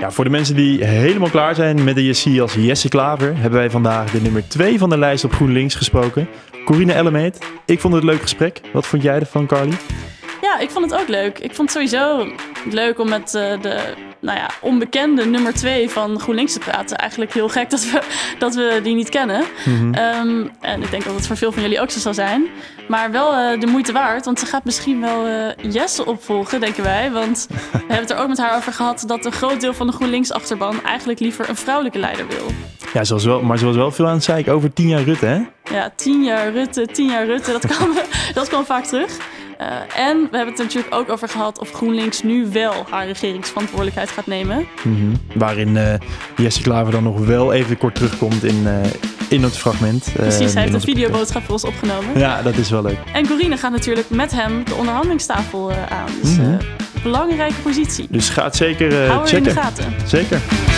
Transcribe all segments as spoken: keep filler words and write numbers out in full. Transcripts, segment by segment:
Ja, voor de mensen die helemaal klaar zijn met de Jessie als Jesse Klaver, hebben wij vandaag de nummer twee van de lijst op GroenLinks gesproken. Corine Ellemeet. Ik vond het een leuk gesprek. Wat vond jij ervan, Carly? Ja, ik vond het ook leuk. Ik vond het sowieso leuk om met uh, de nou ja, onbekende nummer twee van GroenLinks te praten. Eigenlijk heel gek dat we, dat we die niet kennen. Mm-hmm. Um, en ik denk dat het voor veel van jullie ook zo zal zijn. Maar wel uh, de moeite waard, want ze gaat misschien wel uh, Jesse opvolgen, denken wij. Want we hebben het er ook met haar over gehad dat een groot deel van de GroenLinks-achterban eigenlijk liever een vrouwelijke leider wil. Ja, zoals wel, maar ze was wel veel aan het zeiken over tien jaar Rutte, hè? Ja, tien jaar Rutte, tien jaar Rutte, dat kwam, dat kwam vaak terug. Uh, en we hebben het er natuurlijk ook over gehad of GroenLinks nu wel haar regeringsverantwoordelijkheid gaat nemen. Mm-hmm. Waarin uh, Jesse Klaver dan nog wel even kort terugkomt in, uh, in het fragment. Uh, Precies, hij heeft een videoboodschap voor ons opgenomen. Ja, dat is wel leuk. En Corine gaat natuurlijk met hem de onderhandelingstafel uh, aan. Dus mm-hmm. uh, belangrijke positie. Dus ga het zeker uh, Hou er checken. in de gaten. Zeker.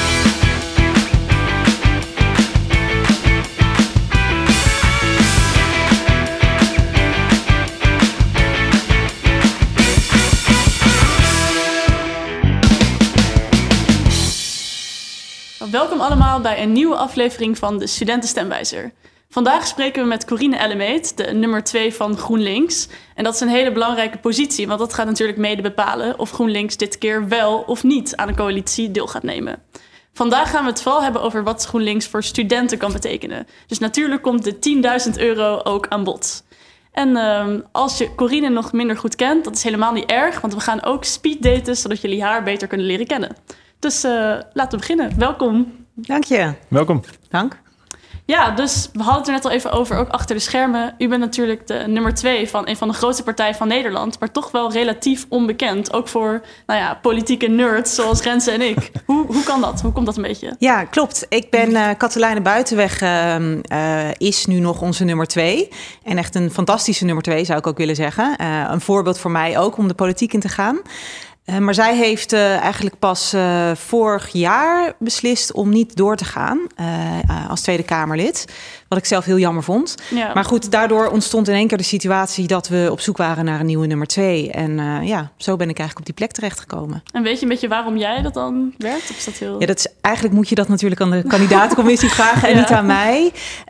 Welkom allemaal bij een nieuwe aflevering van de Studentenstemwijzer. Vandaag spreken we met Corine Ellemeet, de nummer twee van GroenLinks. En dat is een hele belangrijke positie, want dat gaat natuurlijk mede bepalen of GroenLinks dit keer wel of niet aan een coalitie deel gaat nemen. Vandaag gaan we het vooral hebben over wat GroenLinks voor studenten kan betekenen. Dus natuurlijk komt de tienduizend euro ook aan bod. En uh, als je Corine nog minder goed kent, dat is helemaal niet erg, want we gaan ook speeddaten, zodat jullie haar beter kunnen leren kennen. Dus uh, laten we beginnen. Welkom. Dank je. Welkom. Dank. Ja, dus we hadden het er net al even over, ook achter de schermen. U bent natuurlijk de nummer twee van een van de grootste partijen van Nederland, maar toch wel relatief onbekend. Ook voor nou ja, politieke nerds zoals Renze en ik. Hoe, hoe kan dat? Hoe komt dat een beetje? Ja, klopt. Ik ben uh, Katelijne Buitenweg uh, uh, is nu nog onze nummer twee. En echt een fantastische nummer twee, zou ik ook willen zeggen. Uh, een voorbeeld voor mij ook om de politiek in te gaan. Uh, maar zij heeft uh, eigenlijk pas uh, vorig jaar beslist om niet door te gaan uh, uh, als Tweede Kamerlid. Wat ik zelf heel jammer vond. Ja. Maar goed, daardoor ontstond in één keer de situatie dat we op zoek waren naar een nieuwe nummer twee. En uh, ja, zo ben ik eigenlijk op die plek terechtgekomen. En weet je een beetje waarom jij dat dan werd? Of is dat heel... Ja, dat is, eigenlijk moet je dat natuurlijk aan de kandidatencommissie vragen en ja. niet aan mij.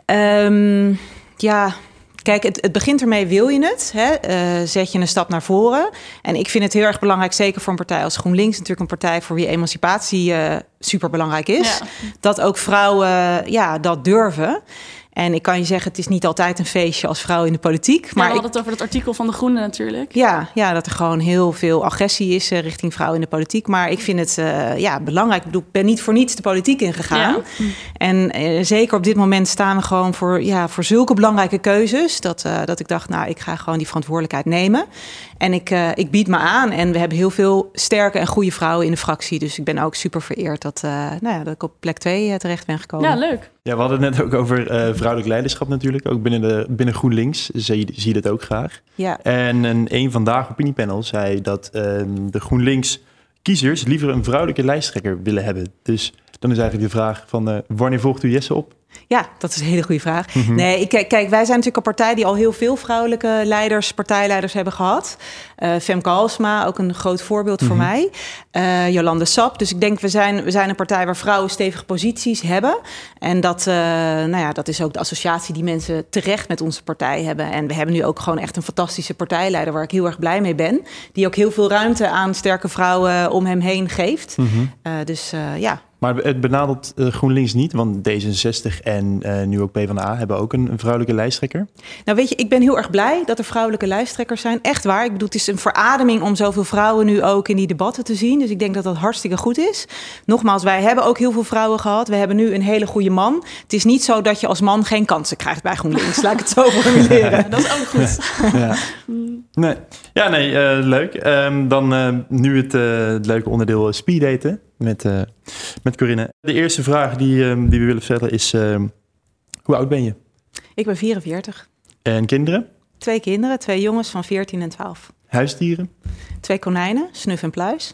Um, ja... Kijk, het, het begint ermee, wil je het? Hè? Uh, zet je een stap naar voren? En ik vind het heel erg belangrijk, zeker voor een partij als GroenLinks, natuurlijk een partij voor wie emancipatie uh, superbelangrijk is. Ja. Dat ook vrouwen uh, ja, dat durven. En ik kan je zeggen, het is niet altijd een feestje als vrouw in de politiek. Maar ja, we hadden ik, het over dat artikel van De Groene natuurlijk. Ja, ja, dat er gewoon heel veel agressie is uh, richting vrouwen in de politiek. Maar ik vind het uh, ja, belangrijk. Ik bedoel, ik ben niet voor niets de politiek ingegaan. Ja. En uh, zeker op dit moment staan we gewoon voor, ja, voor zulke belangrijke keuzes. Dat, uh, dat ik dacht, nou, ik ga gewoon die verantwoordelijkheid nemen. En ik, uh, ik bied me aan. En we hebben heel veel sterke en goede vrouwen in de fractie. Dus ik ben ook super vereerd dat, uh, nou ja, dat ik op plek twee uh, terecht ben gekomen. Ja, leuk. Ja, we hadden het net ook over uh, vrouwelijk leiderschap natuurlijk. Ook binnen, de, binnen GroenLinks zie je, zie je dat ook graag. Ja. En een, een vandaag opiniepanel zei dat uh, de GroenLinks kiezers liever een vrouwelijke lijsttrekker willen hebben. Dus dan is eigenlijk de vraag van uh, wanneer volgt u Jesse op? Ja, dat is een hele goede vraag. Mm-hmm. Nee, kijk, kijk, wij zijn natuurlijk een partij die al heel veel vrouwelijke leiders, partijleiders hebben gehad. Uh, Femke Halsema, ook een groot voorbeeld mm-hmm. voor mij. Uh, Jolande Sap. Dus ik denk, we zijn, we zijn een partij waar vrouwen stevige posities hebben. En dat, uh, nou ja, dat is ook de associatie die mensen terecht met onze partij hebben. En we hebben nu ook gewoon echt een fantastische partijleider waar ik heel erg blij mee ben. Die ook heel veel ruimte aan sterke vrouwen om hem heen geeft. Mm-hmm. Uh, dus uh, ja... Maar het benadelt uh, GroenLinks niet, want D zesenzestig en uh, nu ook PvdA hebben ook een, een vrouwelijke lijsttrekker. Nou weet je, ik ben heel erg blij dat er vrouwelijke lijsttrekkers zijn. Echt waar. Ik bedoel, het is een verademing om zoveel vrouwen nu ook in die debatten te zien. Dus ik denk dat dat hartstikke goed is. Nogmaals, wij hebben ook heel veel vrouwen gehad. We hebben nu een hele goede man. Het is niet zo dat je als man geen kansen krijgt bij GroenLinks. Laat ik het zo formuleren. Ja, dat is ook goed. Ja, nee, ja, nee uh, leuk. Um, dan uh, nu het, uh, het leuke onderdeel speeddaten. Met, uh, met Corine. De eerste vraag die, um, die we willen stellen is, uh, hoe oud ben je? Ik ben vierenveertig. En kinderen? Twee kinderen, twee jongens van veertien en twaalf. Huisdieren? Twee konijnen, Snuf en Pluis.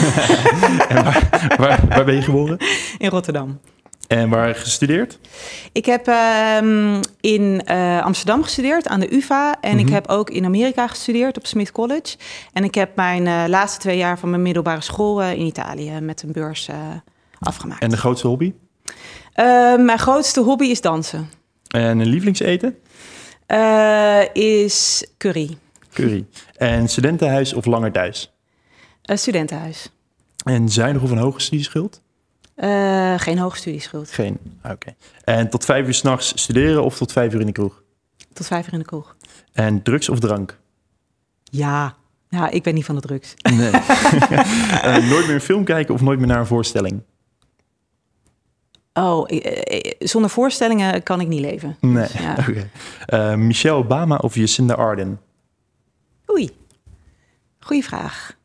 En waar, waar, waar ben je geboren? In Rotterdam. En waar gestudeerd? Ik heb um, in uh, Amsterdam gestudeerd aan de U vA. En mm-hmm. ik heb ook in Amerika gestudeerd op Smith College. En ik heb mijn uh, laatste twee jaar van mijn middelbare school uh, in Italië met een beurs uh, afgemaakt. En de grootste hobby? Uh, mijn grootste hobby is dansen. En een lievelingseten? Uh, is curry. Curry. En studentenhuis of langer thuis? Uh, studentenhuis. En zuinig of een hoge studieschuld? Uh, geen hoge studieschuld. Geen, oké. Okay. En tot vijf uur 's nachts studeren of tot vijf uur in de kroeg? Tot vijf uur in de kroeg. En drugs of drank? Ja, ja ik ben niet van de drugs. Nee. uh, nooit meer een film kijken of nooit meer naar een voorstelling? Oh, zonder voorstellingen kan ik niet leven. Nee, dus, ja. Oké. Okay. Uh, Michelle Obama of Jacinda Ardern? Oei, goeie vraag.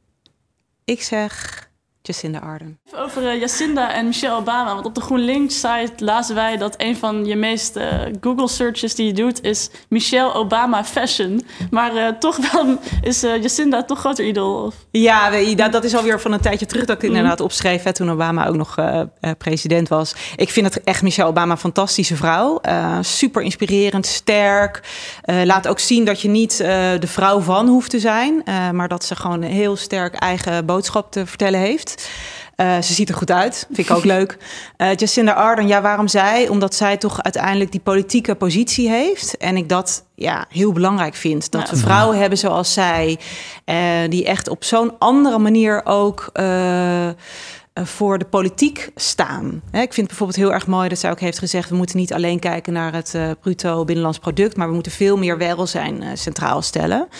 Ik zeg Jacinda Ardern. Even over uh, Jacinda en Michelle Obama. Want op de GroenLinks-site lazen wij dat een van je meeste uh, Google-searches die je doet is Michelle Obama fashion. Maar uh, toch wel is uh, Jacinda toch groter idool? Of? Ja, dat, dat is alweer van een tijdje terug dat ik het inderdaad opschreef. Hè, toen Obama ook nog uh, uh, president was. Ik vind het echt Michelle Obama een fantastische vrouw. Uh, super inspirerend, sterk. Uh, laat ook zien dat je niet uh, de vrouw van hoeft te zijn. Uh, maar dat ze gewoon een heel sterk eigen boodschap te vertellen heeft. Uh, ze ziet er goed uit, vind ik ook leuk. Uh, Jacinda Ardern, ja, waarom zij? Omdat zij toch uiteindelijk die politieke positie heeft. En ik dat ja, heel belangrijk vind. Dat ja. we vrouwen hebben zoals zij. Uh, die echt op zo'n andere manier ook Uh, voor de politiek staan. Ik vind het bijvoorbeeld heel erg mooi dat zij ook heeft gezegd, we moeten niet alleen kijken naar het uh, bruto binnenlands product, maar we moeten veel meer welzijn uh, centraal stellen.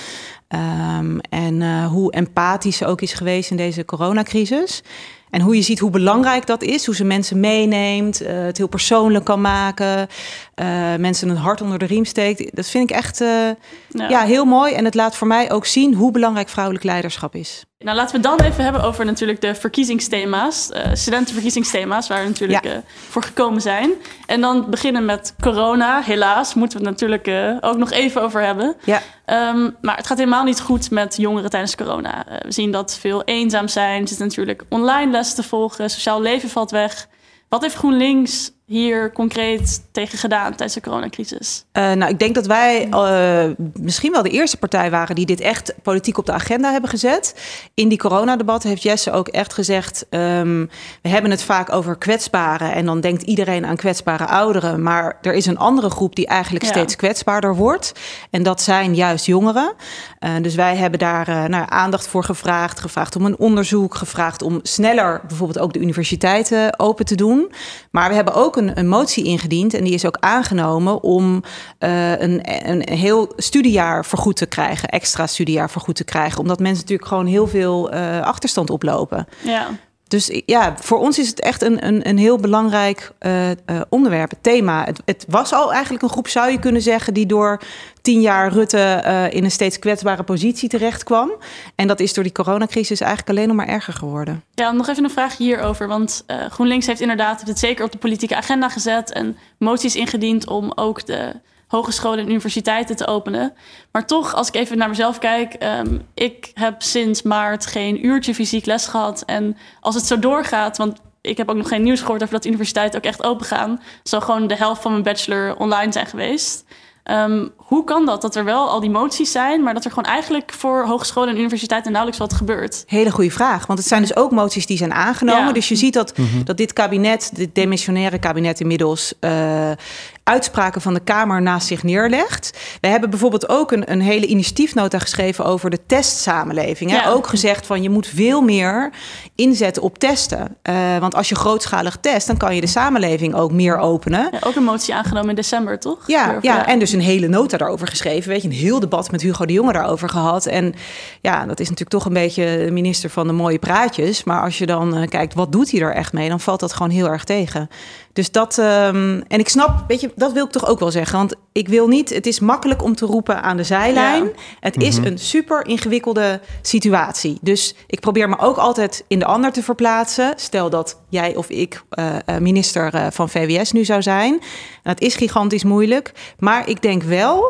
Um, en uh, hoe empathisch ze ook is geweest in deze coronacrisis. En hoe je ziet hoe belangrijk dat is, hoe ze mensen meeneemt, uh, het heel persoonlijk kan maken, uh, mensen een hart onder de riem steekt. Dat vind ik echt uh, ja. ja, heel mooi. En het laat voor mij ook zien hoe belangrijk vrouwelijk leiderschap is. Nou, laten we dan even hebben over natuurlijk de verkiezingsthema's, uh, studentenverkiezingsthema's, waar we natuurlijk ja. uh, voor gekomen zijn. En dan beginnen met corona. Helaas moeten we het natuurlijk uh, ook nog even over hebben. Ja. Um, maar het gaat helemaal niet goed met jongeren tijdens corona. Uh, we zien dat veel eenzaam zijn. Er zit natuurlijk online les te volgen. Sociaal leven valt weg. Wat heeft GroenLinks hier concreet tegen gedaan tijdens de coronacrisis? Uh, nou, ik denk dat wij uh, misschien wel de eerste partij waren die dit echt politiek op de agenda hebben gezet. In die coronadebatten heeft Jesse ook echt gezegd, Um, we hebben het vaak over kwetsbaren en dan denkt iedereen aan kwetsbare ouderen. Maar er is een andere groep die eigenlijk ja. steeds kwetsbaarder wordt. En dat zijn juist jongeren. Uh, dus wij hebben daar uh, nou, aandacht voor gevraagd. Gevraagd om een onderzoek. Gevraagd om sneller bijvoorbeeld ook de universiteiten open te doen. Maar we hebben ook Een, een motie ingediend en die is ook aangenomen om uh, een, een heel studiejaar vergoed te krijgen, extra studiejaar vergoed te krijgen, omdat mensen natuurlijk gewoon heel veel uh, achterstand oplopen. Ja. Dus ja, voor ons is het echt een, een, een heel belangrijk uh, uh, onderwerp, het thema. Het, het was al eigenlijk een groep, zou je kunnen zeggen, die door tien jaar Rutte uh, in een steeds kwetsbare positie terecht kwam. En dat is door die coronacrisis eigenlijk alleen nog maar erger geworden. Ja, nog even een vraag hierover. Want uh, GroenLinks heeft inderdaad het zeker op de politieke agenda gezet en moties ingediend om ook de hogescholen en universiteiten te openen. Maar toch, als ik even naar mezelf kijk, Um, ik heb sinds maart geen uurtje fysiek les gehad. En als het zo doorgaat, want ik heb ook nog geen nieuws gehoord over dat de universiteiten ook echt open gaan, zal gewoon de helft van mijn bachelor online zijn geweest. Um, hoe kan dat? Dat er wel al die moties zijn, maar dat er gewoon eigenlijk voor hogescholen en universiteiten nauwelijks wat gebeurt? Hele goede vraag, want het zijn dus ook moties die zijn aangenomen. Ja. Dus je ziet dat, mm-hmm. dat dit kabinet, dit demissionaire kabinet inmiddels Uh, uitspraken van de Kamer naast zich neerlegt. We hebben bijvoorbeeld ook een, een hele initiatiefnota geschreven over de testsamenleving. Hè? Ja. Ook gezegd van je moet veel meer inzetten op testen. Uh, want als je grootschalig test, dan kan je de samenleving ook meer openen. Ja, ook een motie aangenomen in december, toch? Ja, ja, en dus een hele nota daarover geschreven. Weet je, een heel debat met Hugo de Jonge daarover gehad. En ja, dat is natuurlijk toch een beetje de minister van de mooie praatjes. Maar als je dan uh, kijkt, wat doet hij er echt mee? Dan valt dat gewoon heel erg tegen. Dus dat, um, en ik snap, weet je, dat wil ik toch ook wel zeggen. Want ik wil niet, het is makkelijk om te roepen aan de zijlijn. Ja. Het is mm-hmm. een super ingewikkelde situatie. Dus ik probeer me ook altijd in de ander te verplaatsen. Stel dat jij of ik uh, minister uh, van V W S nu zou zijn. En dat is gigantisch moeilijk. Maar ik denk wel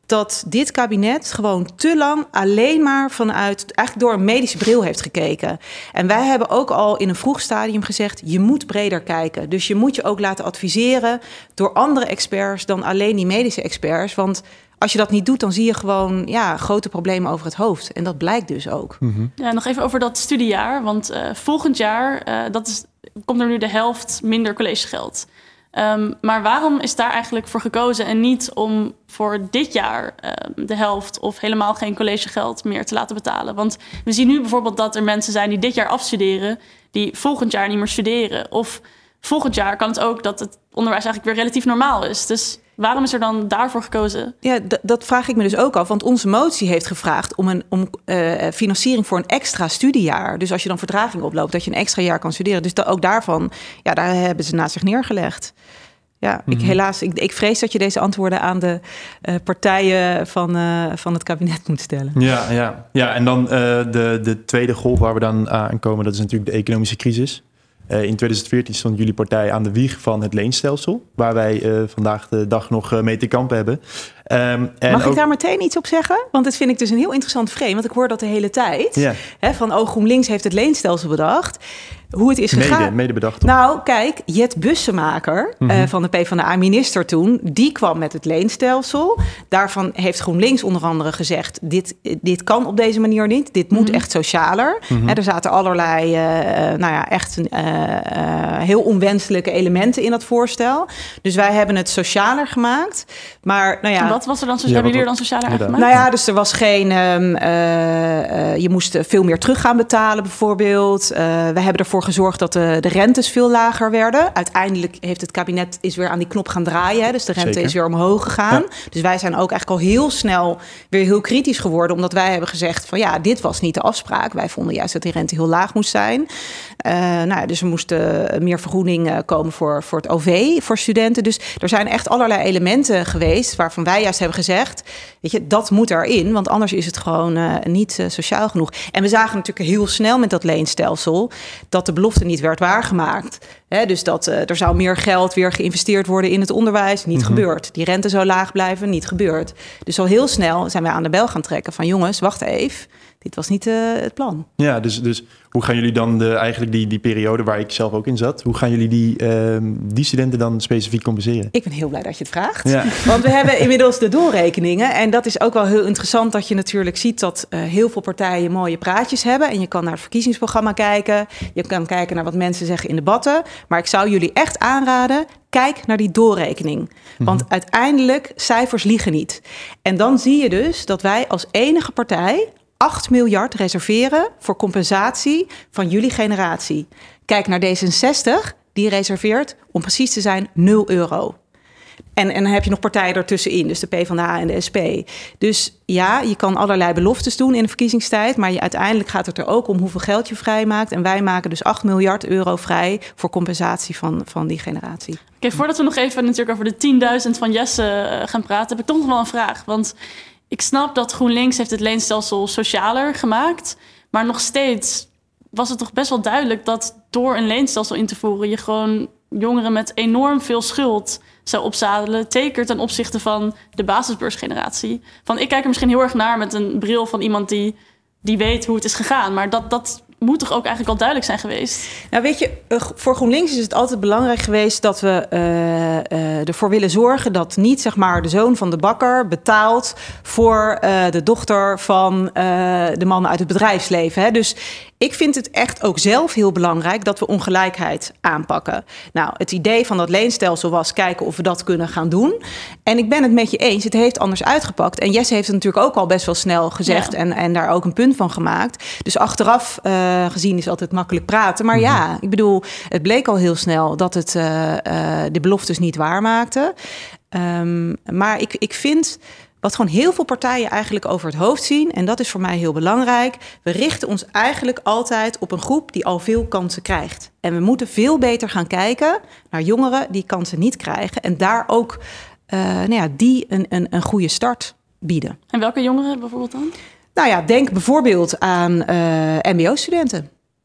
dat dit kabinet gewoon te lang alleen maar vanuit, eigenlijk door een medische bril heeft gekeken. En wij hebben ook al in een vroeg stadium gezegd, je moet breder kijken. Dus je moet je ook laten adviseren door andere experts dan alleen die medische experts. Want als je dat niet doet, dan zie je gewoon ja, grote problemen over het hoofd. En dat blijkt dus ook. Mm-hmm. Ja, nog even over dat studiejaar. Want uh, volgend jaar uh, dat is, komt er nu de helft minder collegegeld. Um, maar waarom is daar eigenlijk voor gekozen en niet om voor dit jaar um, de helft of helemaal geen collegegeld meer te laten betalen? Want we zien nu bijvoorbeeld dat er mensen zijn die dit jaar afstuderen, die volgend jaar niet meer studeren. Of volgend jaar kan het ook dat het onderwijs eigenlijk weer relatief normaal is. Dus waarom is er dan daarvoor gekozen? Ja, d- dat vraag ik me dus ook af. Want onze motie heeft gevraagd om, een, om uh, financiering voor een extra studiejaar. Dus als je dan vertraging oploopt, dat je een extra jaar kan studeren. Dus da- ook daarvan, ja, daar hebben ze naast zich neergelegd. Ja, ik, mm-hmm. helaas, ik, ik vrees dat je deze antwoorden aan de uh, partijen van, uh, van het kabinet moet stellen. Ja, ja. ja en dan uh, de, de tweede golf waar we dan aan komen, dat is natuurlijk de economische crisis. Uh, in twintig veertien stond jullie partij aan de wieg van het leenstelsel, waar wij uh, vandaag de dag nog uh, mee te kampen hebben. Um, en Mag ook... ik daar meteen iets op zeggen? Want dat vind ik dus een heel interessant frame, want ik hoor dat de hele tijd. Yeah. Hè, van, oh, GroenLinks heeft het leenstelsel bedacht. Hoe het is mede, gegaan. Mede bedacht. Nou, kijk, Jet Bussemaker mm-hmm. uh, van de PvdA-minister toen, die kwam met het leenstelsel. Daarvan heeft GroenLinks onder andere gezegd, dit, dit kan op deze manier niet. Dit moet mm-hmm. echt socialer. Mm-hmm. Hè, er zaten allerlei, uh, nou ja, echt uh, uh, heel onwenselijke elementen in dat voorstel. Dus wij hebben het socialer gemaakt. Maar, nou ja. Wat was er dan, so- ja, hebben jullie er dan socialer ja, gemaakt? Nou ja, dus er was geen, um, uh, uh, je moest veel meer terug gaan betalen bijvoorbeeld. Uh, we hebben ervoor gezorgd dat de, de rentes veel lager werden. Uiteindelijk heeft het kabinet is weer aan die knop gaan draaien. Hè, dus de rente Zeker. is weer omhoog gegaan. Ja. Dus wij zijn ook eigenlijk al heel snel weer heel kritisch geworden. Omdat wij hebben gezegd van ja, dit was niet de afspraak. Wij vonden juist dat die rente heel laag moest zijn. Uh, nou ja, dus er moest uh, meer vergoeding komen voor, voor het O V, voor studenten. Dus er zijn echt allerlei elementen geweest waarvan wij juist hebben gezegd, weet je, dat moet erin. Want anders is het gewoon uh, niet uh, sociaal genoeg. En we zagen natuurlijk heel snel met dat leenstelsel dat de belofte niet werd waargemaakt. He, dus dat uh, er zou meer geld weer geïnvesteerd worden in het onderwijs. Niet mm-hmm. gebeurd. Die rente zou laag blijven. Niet gebeurd. Dus al heel snel zijn wij aan de bel gaan trekken van jongens, wacht even. Dit was niet uh, het plan. Ja, dus, dus hoe gaan jullie dan de, eigenlijk die, die periode waar ik zelf ook in zat, hoe gaan jullie die, uh, die studenten dan specifiek compenseren? Ik ben heel blij dat je het vraagt. Ja. Want we hebben inmiddels de doorrekeningen. En dat is ook wel heel interessant dat je natuurlijk ziet dat uh, heel veel partijen mooie praatjes hebben. En je kan naar het verkiezingsprogramma kijken. Je kan kijken naar wat mensen zeggen in debatten. Maar ik zou jullie echt aanraden, kijk naar die doorrekening. Mm-hmm. Want uiteindelijk, cijfers liegen niet. En dan zie je dus dat wij als enige partij acht miljard reserveren voor compensatie van jullie generatie. Kijk naar D zesenzestig, die reserveert, om precies te zijn, nul euro. En, en dan heb je nog partijen ertussenin, dus de PvdA en de S P. Dus ja, je kan allerlei beloftes doen in de verkiezingstijd, maar je, uiteindelijk gaat het er ook om hoeveel geld je vrijmaakt. En wij maken dus acht miljard euro vrij voor compensatie van, van die generatie. Oké, okay, voordat we nog even natuurlijk over de tienduizend van Jesse gaan praten, heb ik toch nog wel een vraag. Want ik snap dat GroenLinks heeft het leenstelsel socialer gemaakt, maar nog steeds was het toch best wel duidelijk dat door een leenstelsel in te voeren je gewoon jongeren met enorm veel schuld zou opzadelen, zeker ten opzichte van de basisbeursgeneratie. Van, ik kijk er misschien heel erg naar met een bril van iemand die, die weet hoe het is gegaan, maar dat, dat moet toch ook eigenlijk al duidelijk zijn geweest? Nou, weet je, voor GroenLinks is het altijd belangrijk geweest dat we uh, uh, ervoor willen zorgen dat niet, zeg maar, de zoon van de bakker betaalt voor uh, de dochter van uh, de man uit het bedrijfsleven. Hè? Dus ik vind het echt ook zelf heel belangrijk dat we ongelijkheid aanpakken. Nou, het idee van dat leenstelsel was kijken of we dat kunnen gaan doen. En ik ben het met je eens, het heeft anders uitgepakt. En Jesse heeft het natuurlijk ook al best wel snel gezegd ja. en, en daar ook een punt van gemaakt. Dus achteraf uh, gezien is altijd makkelijk praten. Maar mm-hmm. ja, ik bedoel, het bleek al heel snel dat het uh, uh, de beloftes niet waarmaakte. Um, maar ik, ik vind wat gewoon heel veel partijen eigenlijk over het hoofd zien, en dat is voor mij heel belangrijk, we richten ons eigenlijk altijd op een groep die al veel kansen krijgt. En we moeten veel beter gaan kijken naar jongeren die kansen niet krijgen en daar ook uh, nou ja, die een, een, een goede start bieden. En welke jongeren bijvoorbeeld dan? Nou ja, denk bijvoorbeeld aan uh, M B O-studenten.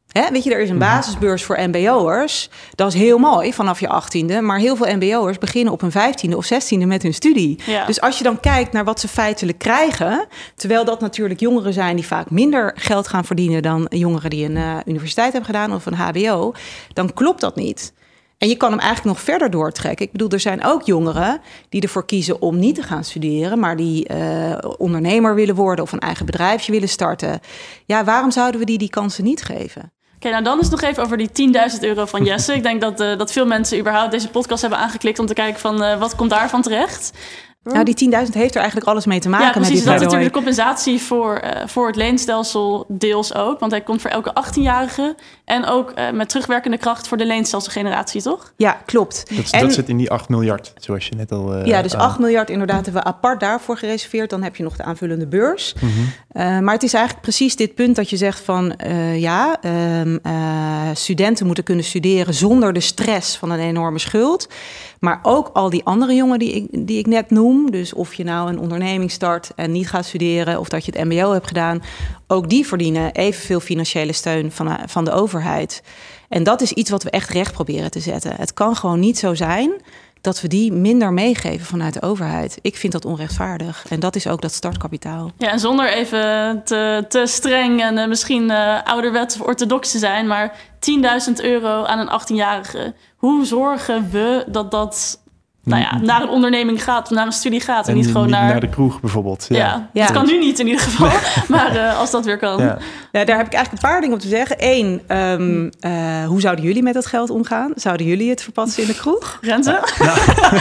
Hè, weet je, er is een basisbeurs voor mbo'ers. Dat is heel mooi vanaf je achttiende. Maar heel veel mbo'ers beginnen op hun vijftiende of zestiende met hun studie. Ja. Dus als je dan kijkt naar wat ze feitelijk krijgen... terwijl dat natuurlijk jongeren zijn die vaak minder geld gaan verdienen... dan jongeren die een uh, universiteit hebben gedaan of een hbo... dan klopt dat niet. En je kan hem eigenlijk nog verder doortrekken. Ik bedoel, er zijn ook jongeren die ervoor kiezen om niet te gaan studeren... maar die uh, ondernemer willen worden of een eigen bedrijfje willen starten. Ja, waarom zouden we die die kansen niet geven? Oké, okay, nou dan is het nog even over die tienduizend euro van Jesse. Ik denk dat, uh, dat veel mensen überhaupt deze podcast hebben aangeklikt... om te kijken van uh, wat komt daarvan terecht... Nou, die tienduizend heeft er eigenlijk alles mee te maken. Ja, precies. Met dit dat is natuurlijk de compensatie voor, uh, voor het leenstelsel deels ook. Want hij komt voor elke achttienjarige. En ook uh, met terugwerkende kracht voor de leenstelselgeneratie, toch? Ja, klopt. Dat, en, dat zit in die acht miljard, zoals je net al... Uh, ja, dus aan... acht miljard inderdaad hebben we apart daarvoor gereserveerd. Dan heb je nog de aanvullende beurs. Mm-hmm. Uh, maar het is eigenlijk precies dit punt dat je zegt van... Uh, ja, um, uh, studenten moeten kunnen studeren zonder de stress van een enorme schuld. Maar ook al die andere jongen die ik, die ik net noem... dus of je nou een onderneming start en niet gaat studeren... of dat je het mbo hebt gedaan... ook die verdienen evenveel financiële steun van, van de overheid. En dat is iets wat we echt recht proberen te zetten. Het kan gewoon niet zo zijn dat we die minder meegeven vanuit de overheid. Ik vind dat onrechtvaardig. En dat is ook dat startkapitaal. Ja, en zonder even te, te streng en uh, misschien uh, ouderwets of orthodox te zijn... maar tienduizend euro aan een achttienjarige... hoe zorgen we dat dat nou ja, naar een onderneming gaat of naar een studie gaat... en, en niet gewoon niet naar... naar de kroeg bijvoorbeeld. Ja, ja, ja. dat kan nu niet in ieder geval, maar uh, als dat weer kan. Ja. Ja, daar heb ik eigenlijk een paar dingen op te zeggen. Eén, um, uh, hoe zouden jullie met dat geld omgaan? Zouden jullie het verpatsen in de kroeg? Rente? Nou,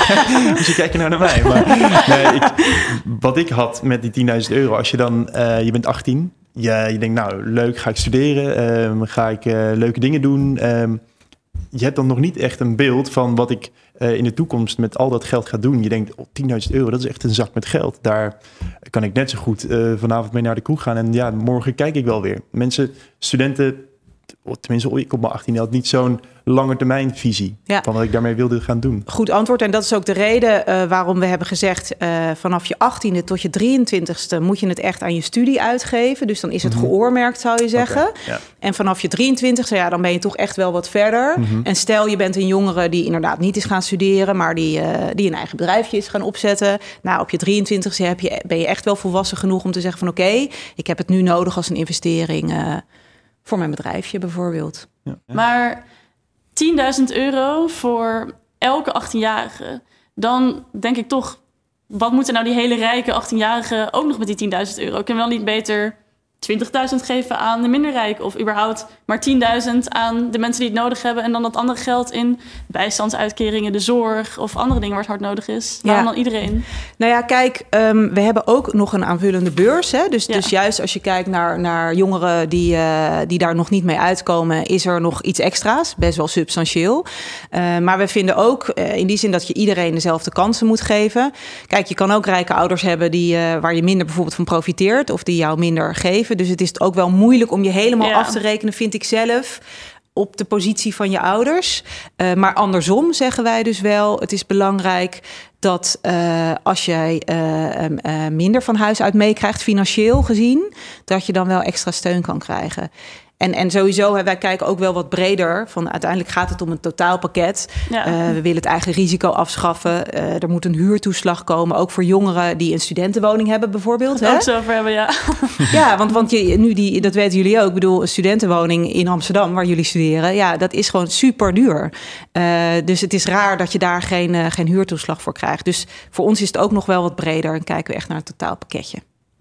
dus je kijkt nou naar mij. Maar, nee, ik, wat ik had met die tienduizend euro, als je dan... Uh, je bent achttien, je, je denkt nou leuk, ga ik studeren? Um, ga ik uh, leuke dingen doen? Um, je hebt dan nog niet echt een beeld van wat ik uh, in de toekomst met al dat geld ga doen. Je denkt, oh, tienduizend euro, dat is echt een zak met geld. Daar kan ik net zo goed uh, vanavond mee naar de kroeg gaan. En ja, morgen kijk ik wel weer. Mensen, studenten, tenminste ik op mijn achttiende had niet zo'n langetermijnvisie ja. van wat ik daarmee wilde gaan doen. Goed antwoord. En dat is ook de reden uh, waarom we hebben gezegd... Uh, vanaf je achttiende tot je drieëntwintigste moet je het echt aan je studie uitgeven. Dus dan is het mm-hmm. geoormerkt, zou je zeggen. Okay, ja. En vanaf je drieëntwintigste, ja, dan ben je toch echt wel wat verder. Mm-hmm. En stel je bent een jongere die inderdaad niet is gaan studeren... maar die, uh, die een eigen bedrijfje is gaan opzetten. Nou, op je drieëntwintigste heb je, ben je echt wel volwassen genoeg om te zeggen van... oké, okay, ik heb het nu nodig als een investering... Uh, voor mijn bedrijfje bijvoorbeeld. Ja, ja. Maar tienduizend euro voor elke achttienjarige. Dan denk ik toch, wat moeten nou die hele rijke achttienjarigen ook nog met die tienduizend euro? Kunnen we dan niet beter twintigduizend geven aan de minder rijken? Of überhaupt maar tienduizend aan de mensen die het nodig hebben... en dan dat andere geld in bijstandsuitkeringen, de zorg... of andere dingen waar het hard nodig is. Waarom ja. dan iedereen? Nou ja, kijk, um, we hebben ook nog een aanvullende beurs. Hè? Dus, ja. dus juist als je kijkt naar, naar jongeren die, uh, die daar nog niet mee uitkomen... is er nog iets extra's, best wel substantieel. Uh, maar we vinden ook uh, in die zin dat je iedereen dezelfde kansen moet geven. Kijk, je kan ook rijke ouders hebben die, uh, waar je minder bijvoorbeeld van profiteert... of die jou minder geven. Dus het is ook wel moeilijk om je helemaal ja. af te rekenen, vind ik zelf... op de positie van je ouders. Uh, maar andersom zeggen wij dus wel... het is belangrijk dat uh, als jij uh, uh, minder van huis uit meekrijgt... financieel gezien, dat je dan wel extra steun kan krijgen. En, en sowieso, wij kijken ook wel wat breder. Van uiteindelijk gaat het om een totaalpakket. Ja. Uh, we willen het eigen risico afschaffen. Uh, er moet een huurtoeslag komen. Ook voor jongeren die een studentenwoning hebben bijvoorbeeld. Het ook zo over hebben, ja. Ja, want, want je, nu die, dat weten jullie ook. Ik bedoel, een studentenwoning in Amsterdam waar jullie studeren. Ja, dat is gewoon super duur. Uh, dus het is raar dat je daar geen, uh, geen huurtoeslag voor krijgt. Dus voor ons is het ook nog wel wat breder. En kijken we echt naar een totaalpakketje.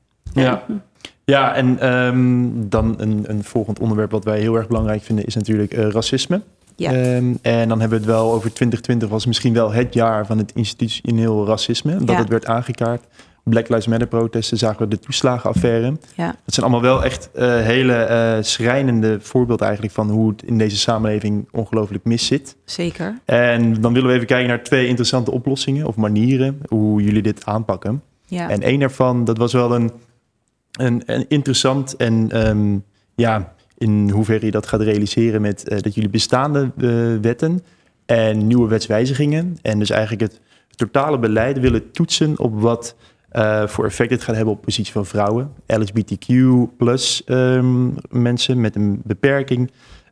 Ja. Ja, en um, dan een, een volgend onderwerp wat wij heel erg belangrijk vinden... is natuurlijk uh, racisme. Ja. Um, en dan hebben we het wel over twintig twintig... was misschien wel het jaar van het institutioneel racisme. Dat ja. het werd aangekaart. Black Lives Matter protesten, zagen we de toeslagenaffaire. Ja. Dat zijn allemaal wel echt uh, hele uh, schrijnende voorbeelden eigenlijk... van hoe het in deze samenleving ongelooflijk mis zit. Zeker. En dan willen we even kijken naar twee interessante oplossingen... of manieren hoe jullie dit aanpakken. Ja. En één daarvan, dat was wel een... Een, een interessant en um, ja, in hoeverre je dat gaat realiseren met uh, dat jullie bestaande uh, wetten en nieuwe wetswijzigingen en dus eigenlijk het totale beleid willen toetsen op wat uh, voor effect het gaat hebben op de positie van vrouwen, L G B T Q plus um, mensen met een beperking,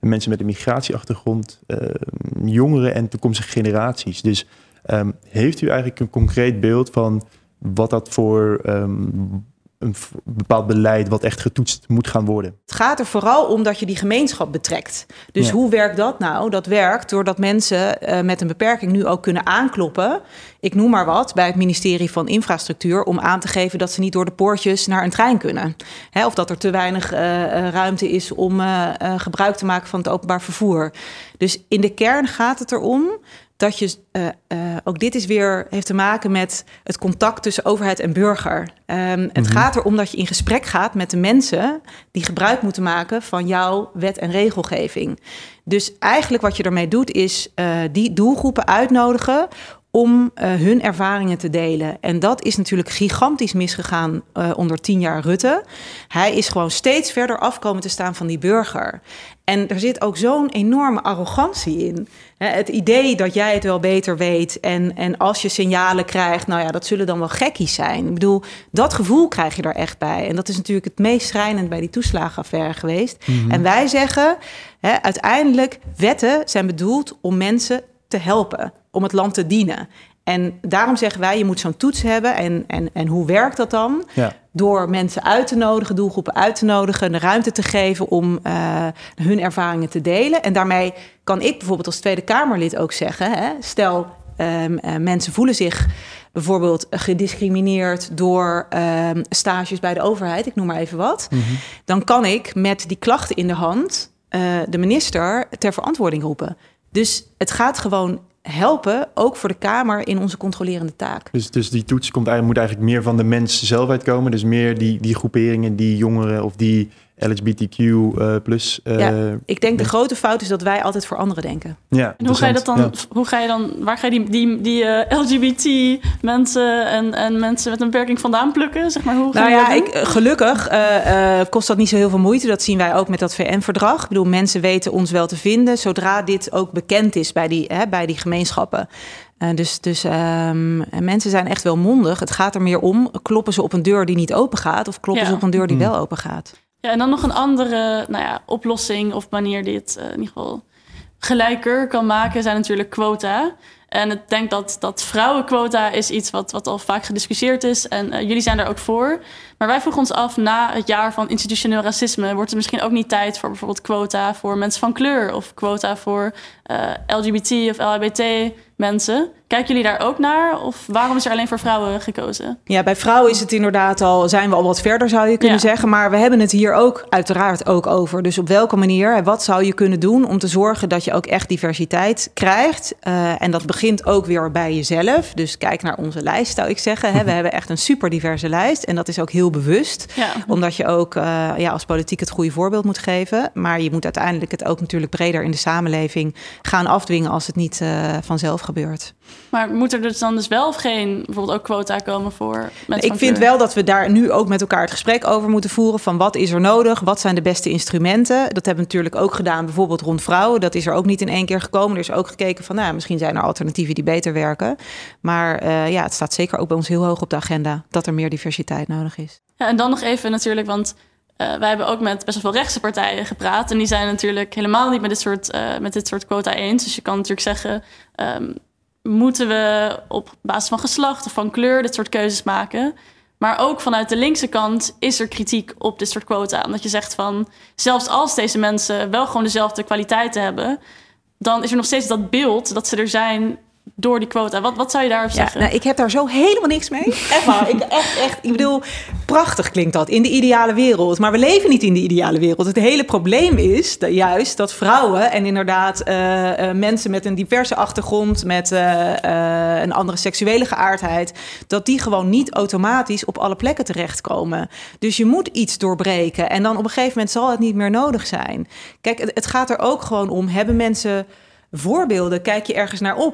mensen met een migratieachtergrond, uh, jongeren en toekomstige generaties. Dus um, heeft u eigenlijk een concreet beeld van wat dat voor um, een bepaald beleid wat echt getoetst moet gaan worden? Het gaat er vooral om dat je die gemeenschap betrekt. Dus ja. Hoe werkt dat nou? Dat werkt doordat mensen uh, met een beperking nu ook kunnen aankloppen. Ik noem maar wat, bij het ministerie van Infrastructuur, om aan te geven dat ze niet door de poortjes naar een trein kunnen. Hè, of dat er te weinig uh, ruimte is om uh, uh, gebruik te maken van het openbaar vervoer. Dus in de kern gaat het erom dat je, uh, uh, ook dit is weer, heeft te maken met het contact tussen overheid en burger. Um, mm-hmm. Het gaat erom dat je in gesprek gaat met de mensen die gebruik moeten maken van jouw wet en regelgeving. Dus eigenlijk wat je ermee doet is uh, die doelgroepen uitnodigen om uh, hun ervaringen te delen. En dat is natuurlijk gigantisch misgegaan uh, onder tien jaar Rutte. Hij is gewoon steeds verder afkomen te staan van die burger. En er zit ook zo'n enorme arrogantie in. Het idee dat jij het wel beter weet en, en als je signalen krijgt, nou ja, dat zullen dan wel gekkies zijn. Ik bedoel, dat gevoel krijg je er echt bij. En dat is natuurlijk het meest schrijnend bij die toeslagenaffaire geweest. Mm-hmm. En wij zeggen, hè, uiteindelijk, wetten zijn bedoeld om mensen te helpen, om het land te dienen. En daarom zeggen wij, je moet zo'n toets hebben. En, en, en hoe werkt dat dan? Ja. Door mensen uit te nodigen, doelgroepen uit te nodigen, de ruimte te geven om uh, hun ervaringen te delen. En daarmee kan ik bijvoorbeeld als Tweede Kamerlid ook zeggen, hè, stel um, uh, mensen voelen zich bijvoorbeeld gediscrimineerd door um, stages bij de overheid, ik noem maar even wat. Mm-hmm. Dan kan ik met die klachten in de hand uh, de minister ter verantwoording roepen. Dus het gaat gewoon helpen, ook voor de Kamer, in onze controlerende taak. Dus, dus die toets komt eigenlijk, moet eigenlijk meer van de mensen zelf uitkomen. Dus meer die, die groeperingen, die jongeren of die L G B T Q uh, plus. Uh, ja, ik denk de grote fout is dat wij altijd voor anderen denken. Ja, en hoe ga je dat dan? Ja. Hoe ga je dan? Waar ga je die, die, die uh, L G B T mensen en, en mensen met een beperking vandaan plukken? Zeg maar, hoe ga nou je ja, dat ik, gelukkig uh, uh, kost dat niet zo heel veel moeite. Dat zien wij ook met dat V N-verdrag. Ik bedoel, mensen weten ons wel te vinden zodra dit ook bekend is bij die, hè, bij die gemeenschappen. Uh, dus dus um, mensen zijn echt wel mondig. Het gaat er meer om, kloppen ze op een deur die niet open gaat of kloppen ja. ze op een deur die wel open gaat? Ja, en dan nog een andere nou ja, oplossing of manier die het uh, in ieder geval gelijker kan maken, zijn natuurlijk quota. En ik denk dat, dat vrouwenquota is iets wat, wat al vaak gediscussieerd is. En uh, jullie zijn daar ook voor. Maar wij vroegen ons af, na het jaar van institutioneel racisme, wordt het misschien ook niet tijd voor bijvoorbeeld quota voor mensen van kleur of quota voor uh, L G B T of L H B T mensen. Kijken jullie daar ook naar? Of waarom is er alleen voor vrouwen gekozen? Ja, bij vrouwen is het inderdaad al, zijn we al wat verder, zou je kunnen ja. zeggen. Maar we hebben het hier ook uiteraard ook over. Dus op welke manier, wat zou je kunnen doen om te zorgen dat je ook echt diversiteit krijgt? Uh, en dat begint ook weer bij jezelf. Dus kijk naar onze lijst, zou ik zeggen. Hè. We hebben echt een super diverse lijst. En dat is ook heel bewust. Ja. Omdat je ook uh, ja, als politiek het goede voorbeeld moet geven. Maar je moet uiteindelijk het ook natuurlijk breder in de samenleving gaan afdwingen als het niet uh, vanzelf gebeurt. Maar moet er dus dan dus wel of geen bijvoorbeeld ook quota komen voor mensen? Ik vind wel dat we daar nu ook met elkaar het gesprek over moeten voeren van wat is er nodig, wat zijn de beste instrumenten. Dat hebben we natuurlijk ook gedaan bijvoorbeeld rond vrouwen. Dat is er ook niet in één keer gekomen. Er is ook gekeken van nou, misschien zijn er alternatieven die beter werken. Maar uh, ja, het staat zeker ook bij ons heel hoog op de agenda dat er meer diversiteit nodig is. Ja, en dan nog even natuurlijk, want Uh, wij hebben ook met best wel veel rechtse partijen gepraat. En die zijn natuurlijk helemaal niet met dit soort, uh, met dit soort quota eens. Dus je kan natuurlijk zeggen, um, moeten we op basis van geslacht of van kleur dit soort keuzes maken? Maar ook vanuit de linkse kant is er kritiek op dit soort quota. Omdat je zegt van, zelfs als deze mensen wel gewoon dezelfde kwaliteiten hebben, dan is er nog steeds dat beeld dat ze er zijn door die quota. Wat, wat zou je daarop zeggen? Ja, nou, ik heb daar zo helemaal niks mee. Echt waar. Ik, echt, echt, ik bedoel, prachtig klinkt dat. In de ideale wereld. Maar we leven niet in de ideale wereld. Het hele probleem is dat juist dat vrouwen en inderdaad uh, uh, mensen met een diverse achtergrond, met uh, uh, een andere seksuele geaardheid, dat die gewoon niet automatisch op alle plekken terechtkomen. Dus je moet iets doorbreken. En dan op een gegeven moment zal het niet meer nodig zijn. Kijk, het, het gaat er ook gewoon om, hebben mensen voorbeelden? Kijk je ergens naar op?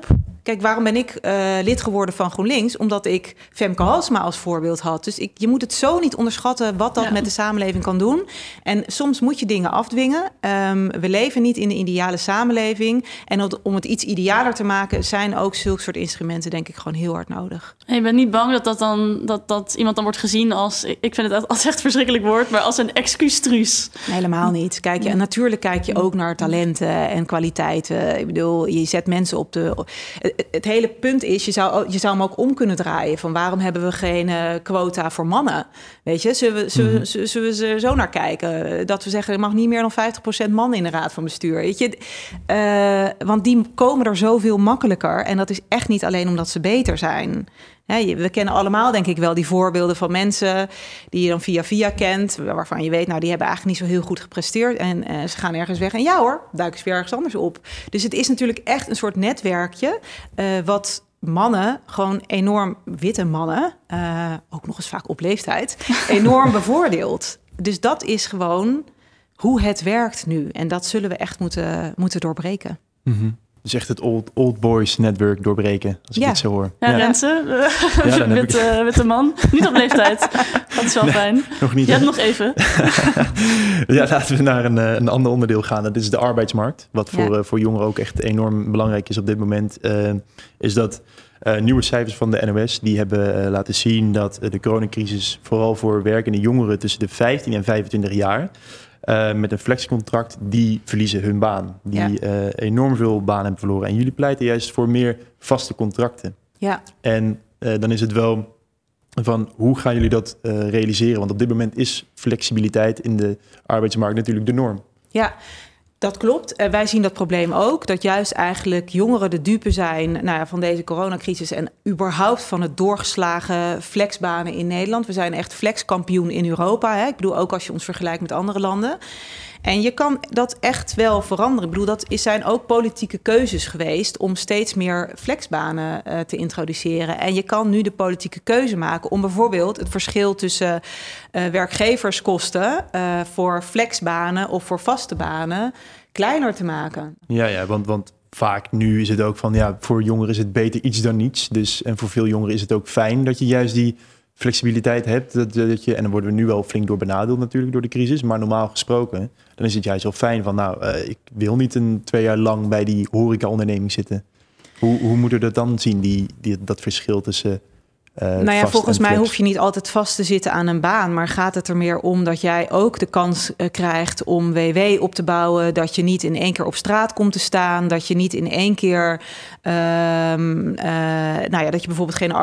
Kijk, waarom ben ik uh, lid geworden van GroenLinks? Omdat ik Femke Halsema als voorbeeld had. Dus ik, je moet het zo niet onderschatten wat dat ja. met de samenleving kan doen. En soms moet je dingen afdwingen. Um, we leven niet in de ideale samenleving. En om het iets idealer te maken, zijn ook zulke soort instrumenten, denk ik, gewoon heel hard nodig. En je bent niet bang dat, dat, dan, dat, dat iemand dan wordt gezien als, ik vind het als echt een verschrikkelijk woord, maar als een excuustruus? Helemaal niet. Kijk je, en natuurlijk kijk je ook naar talenten en kwaliteiten. Ik bedoel, je zet mensen op de... Het, het hele punt is, je zou, je zou hem ook om kunnen draaien. Van waarom hebben we geen uh, quota voor mannen? Weet je, zullen we, zullen, mm. zullen, zullen we er zo naar kijken? Dat we zeggen, er mag niet meer dan vijftig procent mannen in de raad van bestuur. Weet je, uh, want die komen er zoveel makkelijker. En dat is echt niet alleen omdat ze beter zijn. He, we kennen allemaal, denk ik wel, die voorbeelden van mensen die je dan via via kent, waarvan je weet, nou, die hebben eigenlijk niet zo heel goed gepresteerd en uh, ze gaan ergens weg en ja hoor, duiken ze weer ergens anders op. Dus het is natuurlijk echt een soort netwerkje uh, wat mannen, gewoon enorm witte mannen, uh, ook nog eens vaak op leeftijd, enorm bevoordeelt. Dus dat is gewoon hoe het werkt nu en dat zullen we echt moeten, moeten doorbreken. Mm-hmm. Dus echt het old, old boys netwerk doorbreken, als ik ja. dit zo hoor. Ja, ja. Renze, ja, met, ik... uh, met de man. Niet op leeftijd. Dat is wel nee, fijn. Nog niet. Je hebt nog even. Ja, laten we naar een, een ander onderdeel gaan. Dat is de arbeidsmarkt. Wat voor, ja. uh, voor jongeren ook echt enorm belangrijk is op dit moment. Uh, is dat uh, nieuwe cijfers van de N O S, die hebben uh, laten zien dat uh, de coronacrisis vooral voor werkende jongeren tussen de vijftien en vijfentwintig jaar... Uh, met een flexcontract, die verliezen hun baan. Die ja. uh, enorm veel banen hebben verloren. En jullie pleiten juist voor meer vaste contracten. Ja. En uh, dan is het wel van, hoe gaan jullie dat uh, realiseren? Want op dit moment is flexibiliteit in de arbeidsmarkt natuurlijk de norm. Ja, dat klopt. Uh, wij zien dat probleem ook. Dat juist eigenlijk jongeren de dupe zijn nou ja, van deze coronacrisis en überhaupt van het doorgeslagen flexbanen in Nederland. We zijn echt flexkampioen in Europa. Hè? Ik bedoel, ook als je ons vergelijkt met andere landen. En je kan dat echt wel veranderen. Ik bedoel, dat zijn ook politieke keuzes geweest om steeds meer flexbanen uh, te introduceren. En je kan nu de politieke keuze maken om bijvoorbeeld het verschil tussen uh, werkgeverskosten uh, voor flexbanen of voor vaste banen kleiner te maken. Ja, ja, want, want vaak nu is het ook van, ja, voor jongeren is het beter iets dan niets. Dus, en voor veel jongeren is het ook fijn dat je juist die flexibiliteit hebt. Dat, dat je, en dan worden we nu wel flink door benadeeld natuurlijk door de crisis. Maar normaal gesproken, dan is het juist wel fijn van, nou, uh, ik wil niet een twee jaar lang bij die horeca-onderneming zitten. Hoe, hoe moeten we dat dan zien, die, die, dat verschil tussen Uh, nou ja, volgens mij hoef je niet altijd vast te zitten aan een baan, maar gaat het er meer om dat jij ook de kans uh, krijgt om W W op te bouwen, dat je niet in één keer op straat komt te staan, dat je niet in één keer, uh, uh, nou ja, dat je bijvoorbeeld geen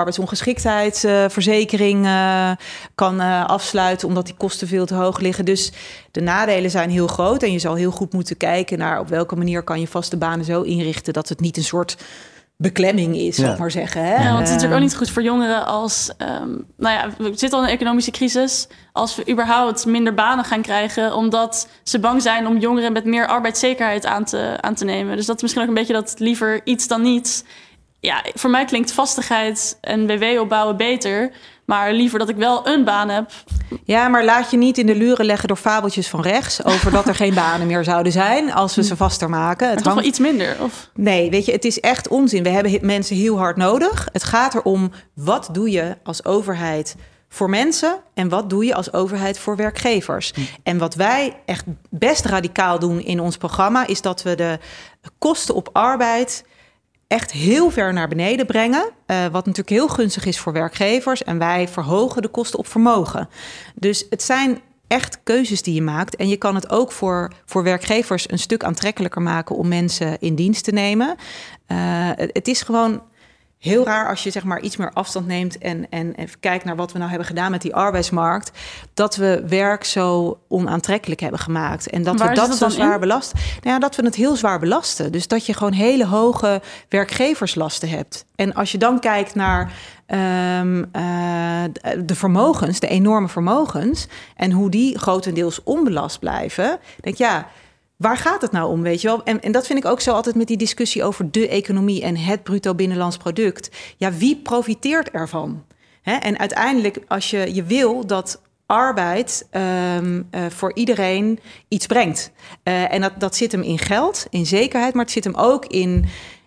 arbeidsongeschiktheidsverzekering uh, kan uh, afsluiten, omdat die kosten veel te hoog liggen. Dus de nadelen zijn heel groot en je zal heel goed moeten kijken naar op welke manier kan je vaste banen zo inrichten dat het niet een soort beklemming is, zal ik maar zeggen. Hè? Ja, want het is natuurlijk ook niet goed voor jongeren als, um, nou ja, we zitten al in een economische crisis. Als we überhaupt minder banen gaan krijgen, omdat ze bang zijn om jongeren met meer arbeidszekerheid aan te, aan te nemen. Dus dat is misschien ook een beetje dat liever iets dan niets. Ja, voor mij klinkt vastigheid en W W opbouwen beter, maar liever dat ik wel een baan heb. Ja, maar laat je niet in de luren leggen door fabeltjes van rechts over dat er geen banen meer zouden zijn als we ze vaster maken. Het maar toch hangt... wel iets minder? Of? Nee, weet je, het is echt onzin. We hebben mensen heel hard nodig. Het gaat erom, wat doe je als overheid voor mensen en wat doe je als overheid voor werkgevers? Hm. En wat wij echt best radicaal doen in ons programma is dat we de kosten op arbeid echt heel ver naar beneden brengen. Uh, wat natuurlijk heel gunstig is voor werkgevers. En wij verhogen de kosten op vermogen. Dus het zijn echt keuzes die je maakt. En je kan het ook voor, voor werkgevers een stuk aantrekkelijker maken om mensen in dienst te nemen. Uh, het, het is gewoon heel raar als je zeg maar iets meer afstand neemt en, en even kijkt naar wat we nou hebben gedaan met die arbeidsmarkt, dat we werk zo onaantrekkelijk hebben gemaakt. En dat Waar we dat zo zwaar in? belasten. Nou ja, dat we het heel zwaar belasten. Dus dat je gewoon hele hoge werkgeverslasten hebt. En als je dan kijkt naar um, uh, de vermogens, de enorme vermogens, en hoe die grotendeels onbelast blijven, denk ik, ja, waar gaat het nou om, weet je wel? En, en dat vind ik ook zo altijd met die discussie over de economie en het bruto binnenlands product. Ja, wie profiteert ervan? Hè? En uiteindelijk, als je, je wil dat arbeid um, uh, voor iedereen iets brengt. Uh, en dat, dat zit hem in geld, in zekerheid, maar het zit hem ook in,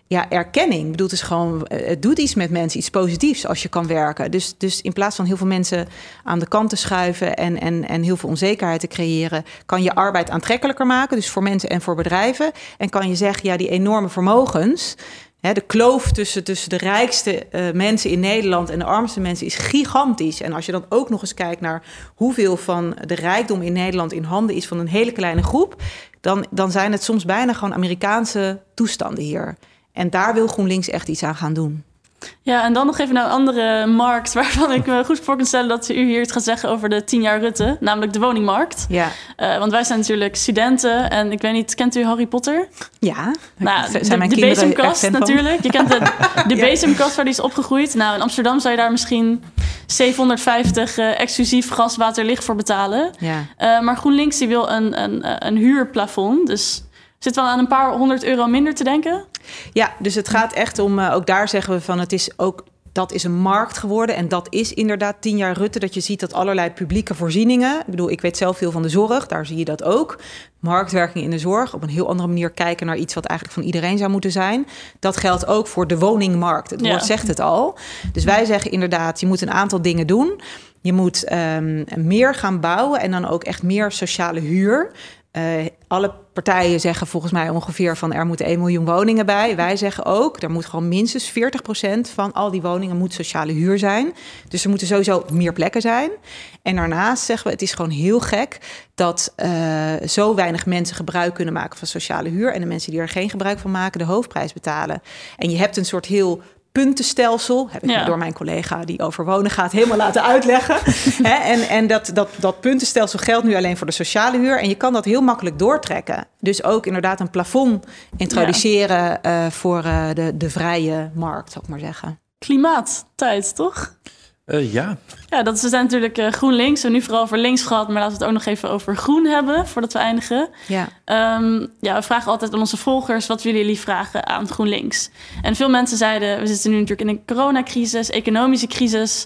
ja, erkenning. Ik bedoel, het is gewoon, het doet iets met mensen, iets positiefs als je kan werken. Dus, dus in plaats van heel veel mensen aan de kant te schuiven en, en, en heel veel onzekerheid te creëren, kan je arbeid aantrekkelijker maken, dus voor mensen en voor bedrijven. En kan je zeggen, ja, die enorme vermogens, hè, de kloof tussen, tussen de rijkste uh, mensen in Nederland en de armste mensen is gigantisch. En als je dan ook nog eens kijkt naar hoeveel van de rijkdom in Nederland in handen is van een hele kleine groep, dan, dan zijn het soms bijna gewoon Amerikaanse toestanden hier. En daar wil GroenLinks echt iets aan gaan doen. Ja, en dan nog even naar een andere markt waarvan ik me goed voor kan stellen dat u hier iets gaat zeggen over de tien jaar Rutte, namelijk de woningmarkt. Ja. Uh, want wij zijn natuurlijk studenten en ik weet niet, kent u Harry Potter? Ja. Nou, zijn de, mijn de bezemkast natuurlijk. Je kent de, de Ja. bezemkast waar die is opgegroeid. Nou, in Amsterdam zou je daar misschien zevenhonderdvijftig uh, exclusief gas, water, licht voor betalen. Ja. Uh, maar GroenLinks die wil een, een, een huurplafond, dus zit wel aan een paar honderd euro minder te denken. Ja, dus het gaat echt om, uh, ook daar zeggen we van, het is ook, dat is een markt geworden. En dat is inderdaad tien jaar Rutte, dat je ziet dat allerlei publieke voorzieningen, ik bedoel, ik weet zelf veel van de zorg, daar zie je dat ook. Marktwerking in de zorg, op een heel andere manier kijken naar iets wat eigenlijk van iedereen zou moeten zijn. Dat geldt ook voor de woningmarkt. Het woord ja. zegt het al. Dus wij zeggen inderdaad, je moet een aantal dingen doen. Je moet um, meer gaan bouwen en dan ook echt meer sociale huur. Uh, alle partijen zeggen volgens mij ongeveer van er moeten één miljoen woningen bij. Wij zeggen ook, er moet gewoon minstens veertig procent van al die woningen moet sociale huur zijn. Dus er moeten sowieso meer plekken zijn. En daarnaast zeggen we, het is gewoon heel gek dat uh, zo weinig mensen gebruik kunnen maken van sociale huur. En de mensen die er geen gebruik van maken, de hoofdprijs betalen. En je hebt een soort heel puntenstelsel, heb ik ja. door mijn collega die over wonen gaat helemaal laten uitleggen. He, en en dat, dat, dat puntenstelsel geldt nu alleen voor de sociale huur. En je kan dat heel makkelijk doortrekken. Dus ook inderdaad een plafond introduceren ja. uh, voor uh, de, de vrije markt, zou ik maar zeggen. Klimaattijd, toch? Uh, ja. Ja, dat is zijn natuurlijk uh, GroenLinks. We hebben nu vooral over links gehad, maar laten we het ook nog even over groen hebben, voordat we eindigen. Ja. Um, ja, we vragen altijd aan onze volgers, wat willen jullie vragen aan GroenLinks? En veel mensen zeiden, we zitten nu natuurlijk in een coronacrisis, economische crisis.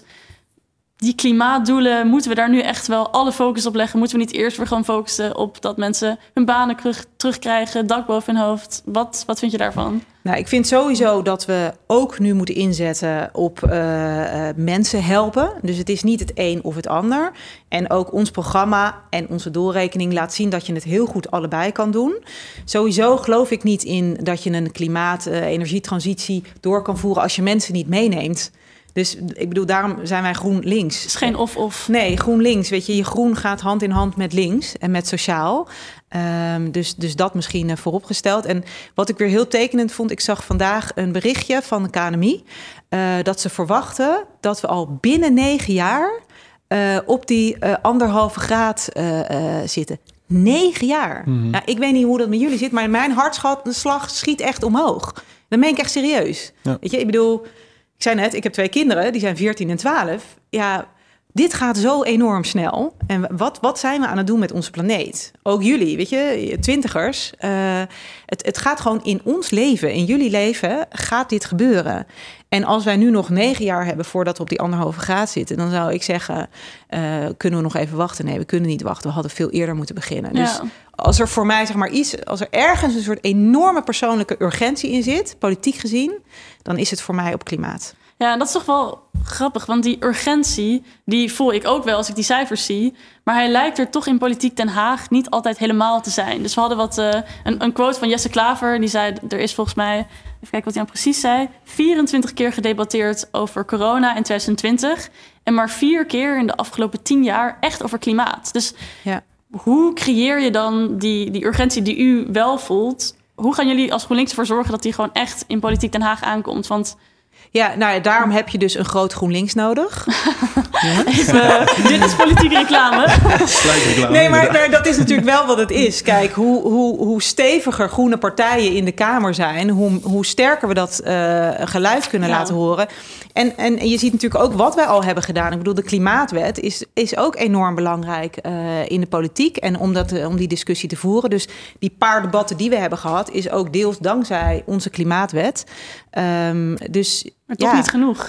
Die klimaatdoelen, moeten we daar nu echt wel alle focus op leggen? Moeten we niet eerst weer gewoon focussen op dat mensen hun banen terug, terugkrijgen, dak boven hun hoofd? Wat, wat vind je daarvan? Nou, ik vind sowieso dat we ook nu moeten inzetten op uh, uh, mensen helpen. Dus het is niet het een of het ander. En ook ons programma en onze doorrekening laat zien dat je het heel goed allebei kan doen. Sowieso geloof ik niet in dat je een klimaat-energietransitie uh, door kan voeren als je mensen niet meeneemt. Dus ik bedoel, daarom zijn wij GroenLinks. Het is geen of-of. Nee, GroenLinks. Weet je, je groen gaat hand in hand met links en met sociaal. Um, dus, dus dat misschien uh, vooropgesteld. En wat ik weer heel tekenend vond, ik zag vandaag een berichtje van de K N M I. Uh, dat ze verwachten dat we al binnen negen jaar uh, op die uh, anderhalve graad uh, uh, zitten. Negen jaar. Mm-hmm. Nou, ik weet niet hoe dat met jullie zit, maar mijn hartslag schiet echt omhoog. Dat meen ik echt serieus. Ja. Weet je, ik bedoel, ik zei net, ik heb twee kinderen, die zijn veertien en twaalf. Ja, dit gaat zo enorm snel. En wat, wat zijn we aan het doen met onze planeet? Ook jullie, weet je, twintigers. Uh, het, het gaat gewoon in ons leven, in jullie leven, gaat dit gebeuren. En als wij nu nog negen jaar hebben voordat we op die anderhalve graad zitten, dan zou ik zeggen, uh, kunnen we nog even wachten? Nee, we kunnen niet wachten. We hadden veel eerder moeten beginnen. Ja. Dus als er voor mij, zeg maar, iets, als er ergens een soort enorme persoonlijke urgentie in zit, politiek gezien, dan is het voor mij op klimaat. Ja, dat is toch wel grappig, want die urgentie, die voel ik ook wel als ik die cijfers zie. Maar hij lijkt er toch in politiek Den Haag niet altijd helemaal te zijn. Dus we hadden wat, uh, een, een quote van Jesse Klaver, die zei, er is volgens mij, even kijken wat hij nou precies zei, vierentwintig keer gedebatteerd over corona in twintig twintig. En maar vier keer in de afgelopen tien jaar echt over klimaat. Dus ja. Hoe creëer je dan die, die urgentie die u wel voelt? Hoe gaan jullie als GroenLinks ervoor zorgen dat die gewoon echt in politiek Den Haag aankomt? Want ja, nou ja, daarom heb je dus een groot GroenLinks nodig. Ja. Even, dit is politieke reclame. reclame. Nee, maar, maar dat is natuurlijk wel wat het is. Kijk, hoe, hoe, hoe steviger groene partijen in de Kamer zijn, hoe, hoe sterker we dat uh, geluid kunnen ja. laten horen. En, en je ziet natuurlijk ook wat wij al hebben gedaan. Ik bedoel, de klimaatwet is, is ook enorm belangrijk uh, in de politiek. En om, dat, om die discussie te voeren. Dus die paar debatten die we hebben gehad, is ook deels dankzij onze klimaatwet. Um, dus Maar toch ja. niet genoeg.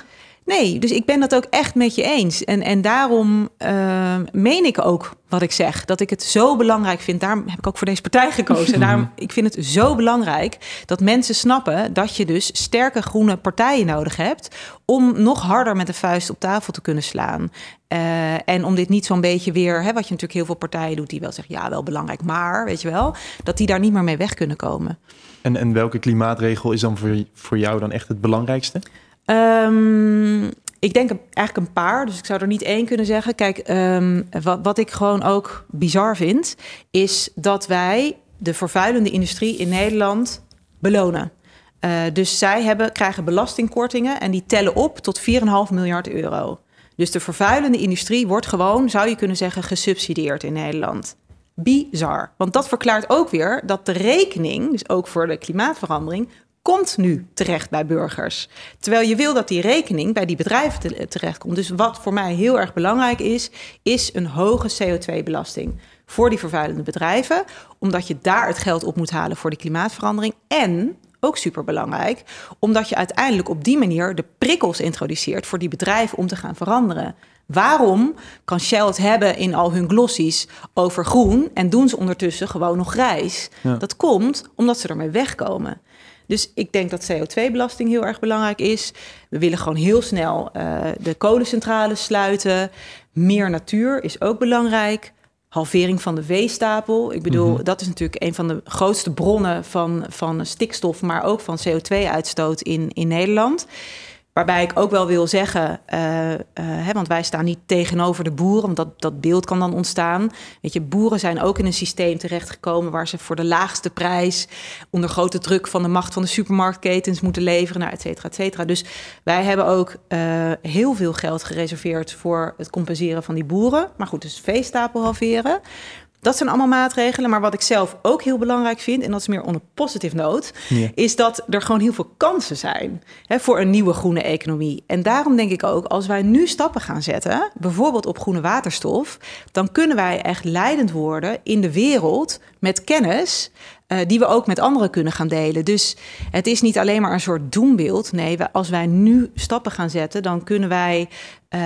Nee, dus ik ben dat ook echt met je eens. En, en daarom uh, meen ik ook wat ik zeg. Dat ik het zo belangrijk vind. Daarom heb ik ook voor deze partij gekozen. En daarom, ik vind het zo belangrijk dat mensen snappen dat je dus sterke groene partijen nodig hebt om nog harder met de vuist op tafel te kunnen slaan. Uh, en om dit niet zo'n beetje weer, hè, wat je natuurlijk heel veel partijen doet die wel zeggen, ja, wel belangrijk, maar, weet je wel, dat die daar niet meer mee weg kunnen komen. En, en welke klimaatregel is dan voor, voor jou dan echt het belangrijkste? Um, ik denk eigenlijk een paar, dus ik zou er niet één kunnen zeggen. Kijk, um, wat, wat ik gewoon ook bizar vind, is dat wij de vervuilende industrie in Nederland belonen. Uh, dus zij hebben, krijgen belastingkortingen en die tellen op tot vier komma vijf miljard euro. Dus de vervuilende industrie wordt gewoon, zou je kunnen zeggen, gesubsidieerd in Nederland. Bizar. Want dat verklaart ook weer dat de rekening, dus ook voor de klimaatverandering, komt nu terecht bij burgers. Terwijl je wil dat die rekening bij die bedrijven te, terechtkomt. Dus wat voor mij heel erg belangrijk is, is een hoge C O twee belasting voor die vervuilende bedrijven. Omdat je daar het geld op moet halen voor die klimaatverandering. En, ook superbelangrijk, omdat je uiteindelijk op die manier de prikkels introduceert voor die bedrijven om te gaan veranderen. Waarom kan Shell het hebben in al hun glossies over groen en doen ze ondertussen gewoon nog grijs? Ja. Dat komt omdat ze ermee wegkomen. Dus ik denk dat C O twee belasting heel erg belangrijk is. We willen gewoon heel snel uh, de kolencentrales sluiten. Meer natuur is ook belangrijk. Halvering van de veestapel. Ik bedoel, mm-hmm. dat is natuurlijk een van de grootste bronnen van, van stikstof, maar ook van C O twee uitstoot in, in Nederland. Waarbij ik ook wel wil zeggen, uh, uh, hè, want wij staan niet tegenover de boeren, want dat, dat beeld kan dan ontstaan. Weet je, boeren zijn ook in een systeem terechtgekomen waar ze voor de laagste prijs onder grote druk van de macht van de supermarktketens moeten leveren, nou, et cetera, et cetera. Dus wij hebben ook uh, heel veel geld gereserveerd voor het compenseren van die boeren. Maar goed, dus veestapel halveren. Dat zijn allemaal maatregelen. Maar wat ik zelf ook heel belangrijk vind, en dat is meer on a positive note, ja. is dat er gewoon heel veel kansen zijn hè, voor een nieuwe groene economie. En daarom denk ik ook, als wij nu stappen gaan zetten, bijvoorbeeld op groene waterstof, dan kunnen wij echt leidend worden in de wereld met kennis uh, die we ook met anderen kunnen gaan delen. Dus het is niet alleen maar een soort doembeeld. Nee, we, als wij nu stappen gaan zetten, dan kunnen wij Uh,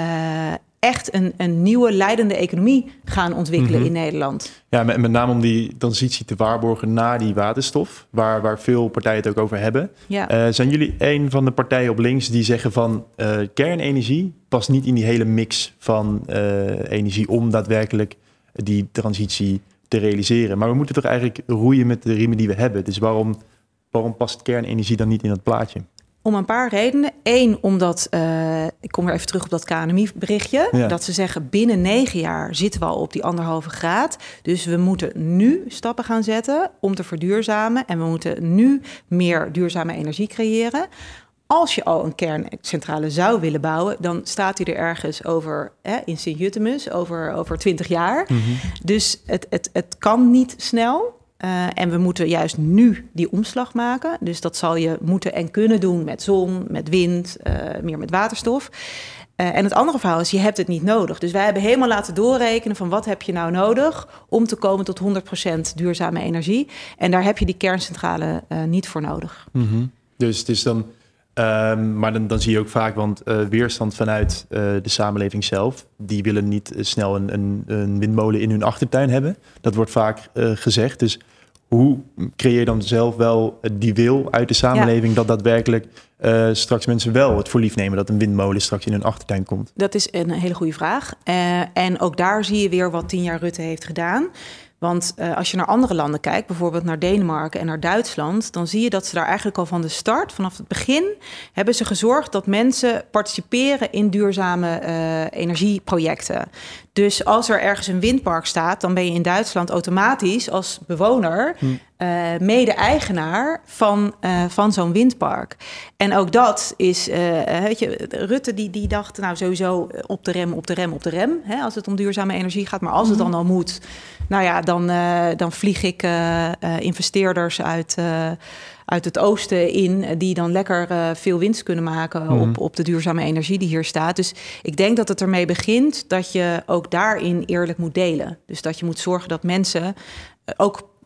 echt een, een nieuwe leidende economie gaan ontwikkelen mm-hmm. in Nederland. Ja, met, met name om die transitie te waarborgen naar die waterstof, waar, waar veel partijen het ook over hebben. Ja. Uh, zijn jullie een van de partijen op links die zeggen van uh, kernenergie past niet in die hele mix van uh, energie om daadwerkelijk die transitie te realiseren? Maar we moeten toch eigenlijk roeien met de riemen die we hebben. Dus waarom, waarom past kernenergie dan niet in dat plaatje? Om een paar redenen. Eén, omdat, uh, ik kom weer even terug op dat K N M I-berichtje. Ja. Dat ze zeggen, binnen negen jaar zitten we al op die anderhalve graad. Dus we moeten nu stappen gaan zetten om te verduurzamen. En we moeten nu meer duurzame energie creëren. Als je al een kerncentrale zou willen bouwen, dan staat hij er ergens over, hè, in Sint-Jutemus, over, over twintig jaar. Mm-hmm. Dus het, het, het kan niet snel. Uh, en we moeten juist nu die omslag maken. Dus dat zal je moeten en kunnen doen met zon, met wind, uh, meer met waterstof. Uh, en het andere verhaal is, je hebt het niet nodig. Dus wij hebben helemaal laten doorrekenen van wat heb je nou nodig om te komen tot honderd procent duurzame energie. En daar heb je die kerncentrale uh, niet voor nodig. Mm-hmm. Dus het is dan, um, maar dan, dan zie je ook vaak, want uh, weerstand vanuit uh, de samenleving zelf, die willen niet uh, snel een, een, een windmolen in hun achtertuin hebben. Dat wordt vaak uh, gezegd. Dus hoe creëer je dan zelf wel die wil uit de samenleving ja. dat daadwerkelijk uh, straks mensen wel het voor lief nemen dat een windmolen straks in hun achtertuin komt? Dat is een hele goede vraag. Uh, en ook daar zie je weer wat tien jaar Rutte heeft gedaan. Want uh, als je naar andere landen kijkt, bijvoorbeeld naar Denemarken en naar Duitsland, dan zie je dat ze daar eigenlijk al van de start, vanaf het begin, hebben ze gezorgd dat mensen participeren in duurzame uh, energieprojecten. Dus als er ergens een windpark staat, dan ben je in Duitsland automatisch als bewoner hm. uh, mede-eigenaar van, uh, van zo'n windpark. En ook dat is, uh, weet je, Rutte die, die dacht nou sowieso op de rem, op de rem, op de rem, hè, als het om duurzame energie gaat. Maar als het dan al moet, nou ja, dan, uh, dan vlieg ik uh, uh, investeerders uit, uh, uit het oosten in, die dan lekker uh, veel winst kunnen maken mm. op, op de duurzame energie die hier staat. Dus ik denk dat het ermee begint dat je ook daarin eerlijk moet delen. Dus dat je moet zorgen dat mensen ook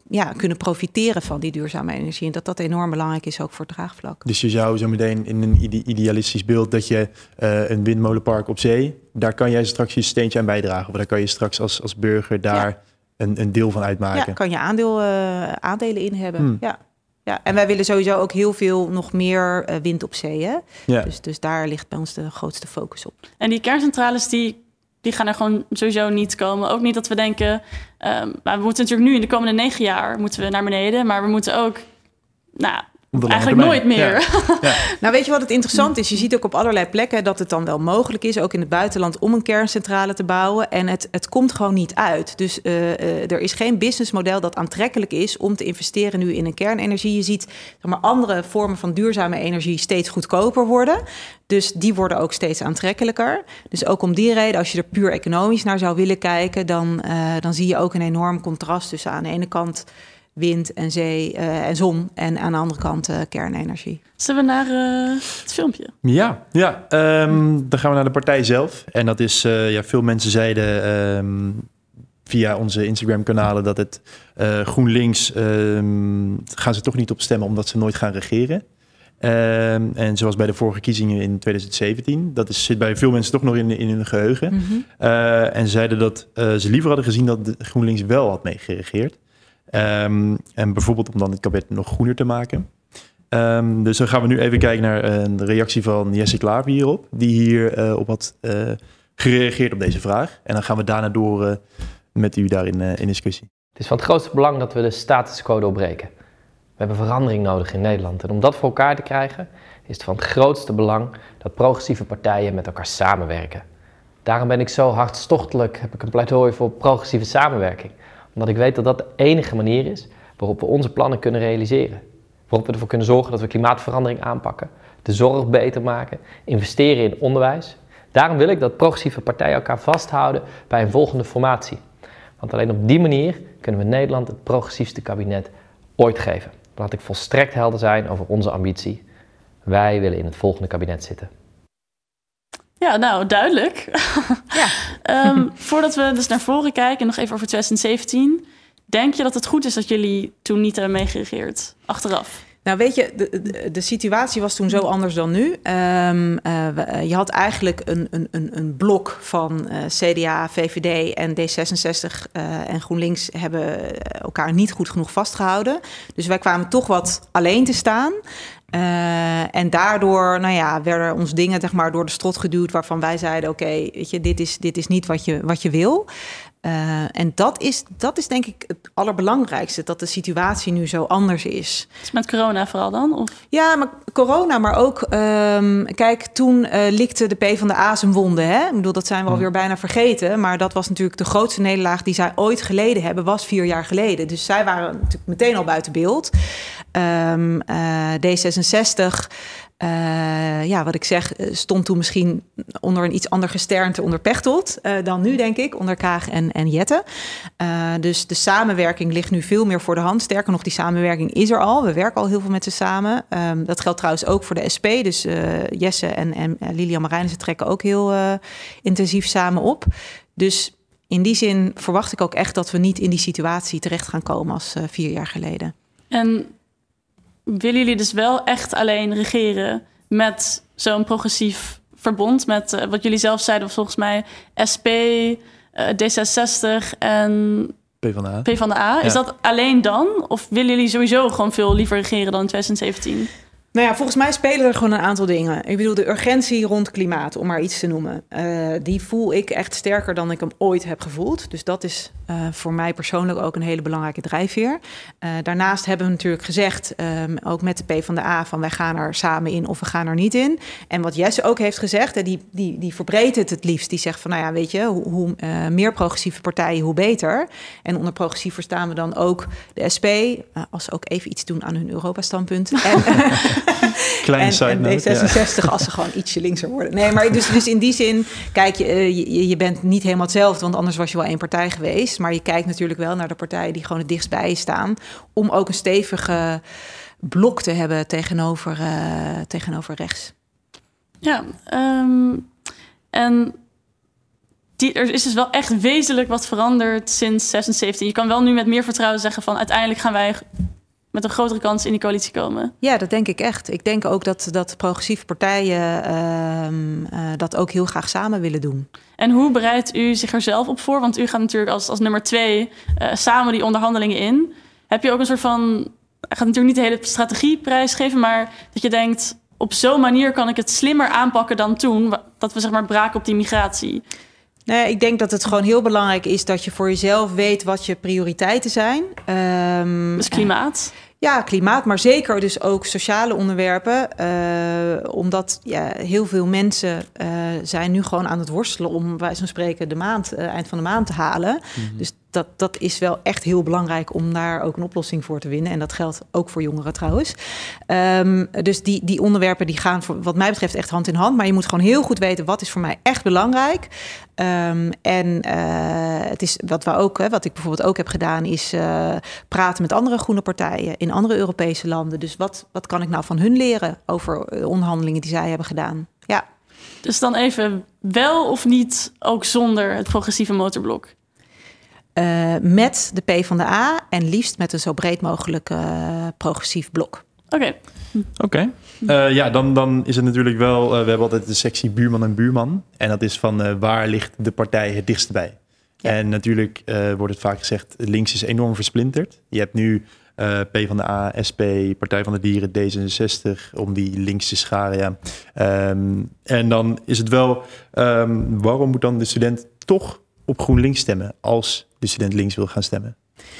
ja, kunnen profiteren van die duurzame energie. En dat dat enorm belangrijk is ook voor het draagvlak. Dus je zou zo meteen in een ide- idealistisch beeld dat je uh, een windmolenpark op zee, daar kan jij straks je steentje aan bijdragen. Of daar kan je straks als, als burger daar ja. een, een deel van uitmaken. Ja, kan je aandeel, uh, aandelen in hebben. Hmm. Ja. Ja, en wij willen sowieso ook heel veel nog meer uh, wind op zee. Hè? Ja. Dus, dus daar ligt bij ons de grootste focus op. En die kerncentrales die, die gaan er gewoon sowieso niet komen. Ook niet dat we denken, um, maar we moeten natuurlijk nu in de komende negen jaar moeten we naar beneden, maar we moeten ook, nou, eigenlijk nooit meer. Ja. Ja. Nou, weet je wat het interessant is? Je ziet ook op allerlei plekken dat het dan wel mogelijk is, ook in het buitenland, om een kerncentrale te bouwen. En het, het komt gewoon niet uit. Dus uh, uh, er is geen businessmodel dat aantrekkelijk is om te investeren nu in een kernenergie. Je ziet zeg maar, andere vormen van duurzame energie steeds goedkoper worden. Dus die worden ook steeds aantrekkelijker. Dus ook om die reden, als je er puur economisch naar zou willen kijken, dan, uh, dan zie je ook een enorm contrast tussen aan de ene kant wind en zee uh, en zon en aan de andere kant uh, kernenergie. Zullen we naar uh, het filmpje? Ja, ja um, dan gaan we naar de partij zelf. En dat is, uh, ja, veel mensen zeiden um, via onze Instagram-kanalen dat het uh, GroenLinks, um, gaan ze toch niet op stemmen omdat ze nooit gaan regeren. Um, en zoals bij de vorige verkiezingen in twintig zeventien. Dat is, zit bij veel mensen toch nog in, in hun geheugen. Mm-hmm. Uh, en ze zeiden dat uh, ze liever hadden gezien dat de GroenLinks wel had meegeregeerd. Um, en bijvoorbeeld om dan het kabinet nog groener te maken. Um, dus dan gaan we nu even kijken naar uh, de reactie van Jesse Klaver hierop. Die hier uh, op had uh, gereageerd op deze vraag. En dan gaan we daarna door uh, met u daarin uh, in discussie. Het is van het grootste belang dat we de status quo doorbreken. We hebben verandering nodig in Nederland. En om dat voor elkaar te krijgen is het van het grootste belang dat progressieve partijen met elkaar samenwerken. Daarom ben ik zo hartstochtelijk, heb ik een pleidooi voor progressieve samenwerking. Omdat ik weet dat dat de enige manier is waarop we onze plannen kunnen realiseren. Waarop we ervoor kunnen zorgen dat we klimaatverandering aanpakken, de zorg beter maken, investeren in onderwijs. Daarom wil ik dat progressieve partijen elkaar vasthouden bij een volgende formatie. Want alleen op die manier kunnen we Nederland het progressiefste kabinet ooit geven. Laat ik volstrekt helder zijn over onze ambitie. Wij willen in het volgende kabinet zitten. Ja, nou, duidelijk. Ja. um, voordat we dus naar voren kijken, nog even over twintig zeventien. Denk je dat het goed is dat jullie toen niet hebben meegeregeerd, achteraf? Nou, weet je, de, de, de situatie was toen zo anders dan nu. Um, uh, je had eigenlijk een, een, een blok van uh, C D A, V V D en D zesenzestig uh, en GroenLinks hebben elkaar niet goed genoeg vastgehouden. Dus wij kwamen toch wat alleen te staan. Uh, en daardoor, nou ja, werden ons dingen zeg maar door de strot geduwd waarvan wij zeiden, oké, okay, weet je, dit is, dit is niet wat je, wat je wil. Uh, en dat is, dat is denk ik het allerbelangrijkste, dat de situatie nu zo anders is. Dus met corona vooral dan? Of? Ja, maar corona, maar ook, um, kijk, toen uh, likte de PvdA zijn wonden. Hè? Ik bedoel, dat zijn we alweer bijna vergeten. Maar dat was natuurlijk de grootste nederlaag die zij ooit geleden hebben, was vier jaar geleden. Dus zij waren natuurlijk meteen al buiten beeld. Um, uh, D zesenzestig... Uh, ja, wat ik zeg, stond toen misschien onder een iets ander gesternte onder Pechtold uh, dan nu, denk ik, onder Kaag en, en Jette. Uh, dus de samenwerking ligt nu veel meer voor de hand. Sterker nog, die samenwerking is er al. We werken al heel veel met ze samen. Um, dat geldt trouwens ook voor de S P. Dus uh, Jesse en, en Lilian Marijnissen trekken ook heel uh, intensief samen op. Dus in die zin verwacht ik ook echt dat we niet in die situatie terecht gaan komen als uh, vier jaar geleden. En willen jullie dus wel echt alleen regeren met zo'n progressief verbond? Met uh, wat jullie zelf zeiden, volgens mij S P, uh, D zesenzestig en PvdA. PvdA. Is ja. dat alleen dan? Of willen jullie sowieso gewoon veel liever regeren dan in twintig zeventien? Nou ja, volgens mij spelen er gewoon een aantal dingen. Ik bedoel, de urgentie rond klimaat, om maar iets te noemen. Uh, die voel ik echt sterker dan ik hem ooit heb gevoeld. Dus dat is uh, voor mij persoonlijk ook een hele belangrijke drijfveer. Uh, daarnaast hebben we natuurlijk gezegd, um, ook met de PvdA, van wij gaan er samen in of we gaan er niet in. En wat Jesse ook heeft gezegd, en die, die, die verbreedt het het liefst. Die zegt van, nou ja, weet je, hoe, hoe uh, meer progressieve partijen, hoe beter. En onder progressief verstaan we dan ook de S P, uh, als ze ook even iets doen aan hun Europa-standpunt. En, Kleine side en, en D zesenzestig ja. als ze gewoon ietsje linkser worden. Nee, maar dus, dus in die zin, kijk, je, je, je bent niet helemaal hetzelfde, want anders was je wel één partij geweest. Maar je kijkt natuurlijk wel naar de partijen die gewoon het dichtst bij je staan, om ook een stevige blok te hebben tegenover, uh, tegenover rechts. Ja, um, en die, er is dus wel echt wezenlijk wat veranderd sinds twintig zeventien. Je kan wel nu met meer vertrouwen zeggen van uiteindelijk gaan wij met een grotere kans in die coalitie komen. Ja, dat denk ik echt. Ik denk ook dat, dat progressieve partijen uh, uh, dat ook heel graag samen willen doen. En hoe bereidt u zich er zelf op voor? Want u gaat natuurlijk als, als nummer twee uh, samen die onderhandelingen in. Heb je ook een soort van... Ik ga natuurlijk niet de hele strategie prijsgeven, maar dat je denkt, op zo'n manier kan ik het slimmer aanpakken dan toen, dat we zeg maar braken op die migratie. Nee, ik denk dat het gewoon heel belangrijk is dat je voor jezelf weet wat je prioriteiten zijn. Um, dus klimaat? Uh, ja, klimaat, maar zeker dus ook sociale onderwerpen. Uh, omdat ja, heel veel mensen uh, zijn nu gewoon aan het worstelen om, bij wijze van spreken, de maand, uh, eind van de maand te halen. Mm-hmm. Dus dat, dat is wel echt heel belangrijk om daar ook een oplossing voor te vinden. En dat geldt ook voor jongeren trouwens. Um, dus die, die onderwerpen die gaan voor, wat mij betreft echt hand in hand. Maar je moet gewoon heel goed weten wat is voor mij echt belangrijk. Um, en uh, het is wat we ook, hè, wat ik bijvoorbeeld ook heb gedaan, is uh, praten met andere groene partijen in andere Europese landen. Dus wat, wat kan ik nou van hun leren over onderhandelingen die zij hebben gedaan? Ja. Dus dan even wel of niet ook zonder het progressieve motorblok? Uh, met de PvdA en liefst met een zo breed mogelijk uh, progressief blok. Oké. Okay. Oké. Okay. Uh, ja, dan, dan is het natuurlijk wel... Uh, we hebben altijd de sectie buurman en buurman. En dat is van uh, waar ligt de partij het dichtst bij? Ja. En natuurlijk uh, wordt het vaak gezegd, links is enorm versplinterd. Je hebt nu uh, PvdA, S P, Partij van de Dieren, D zesenzestig... om die linkse scharen, ja. Um, en dan is het wel... Um, waarom moet dan de student toch op GroenLinks stemmen als de student links wil gaan stemmen?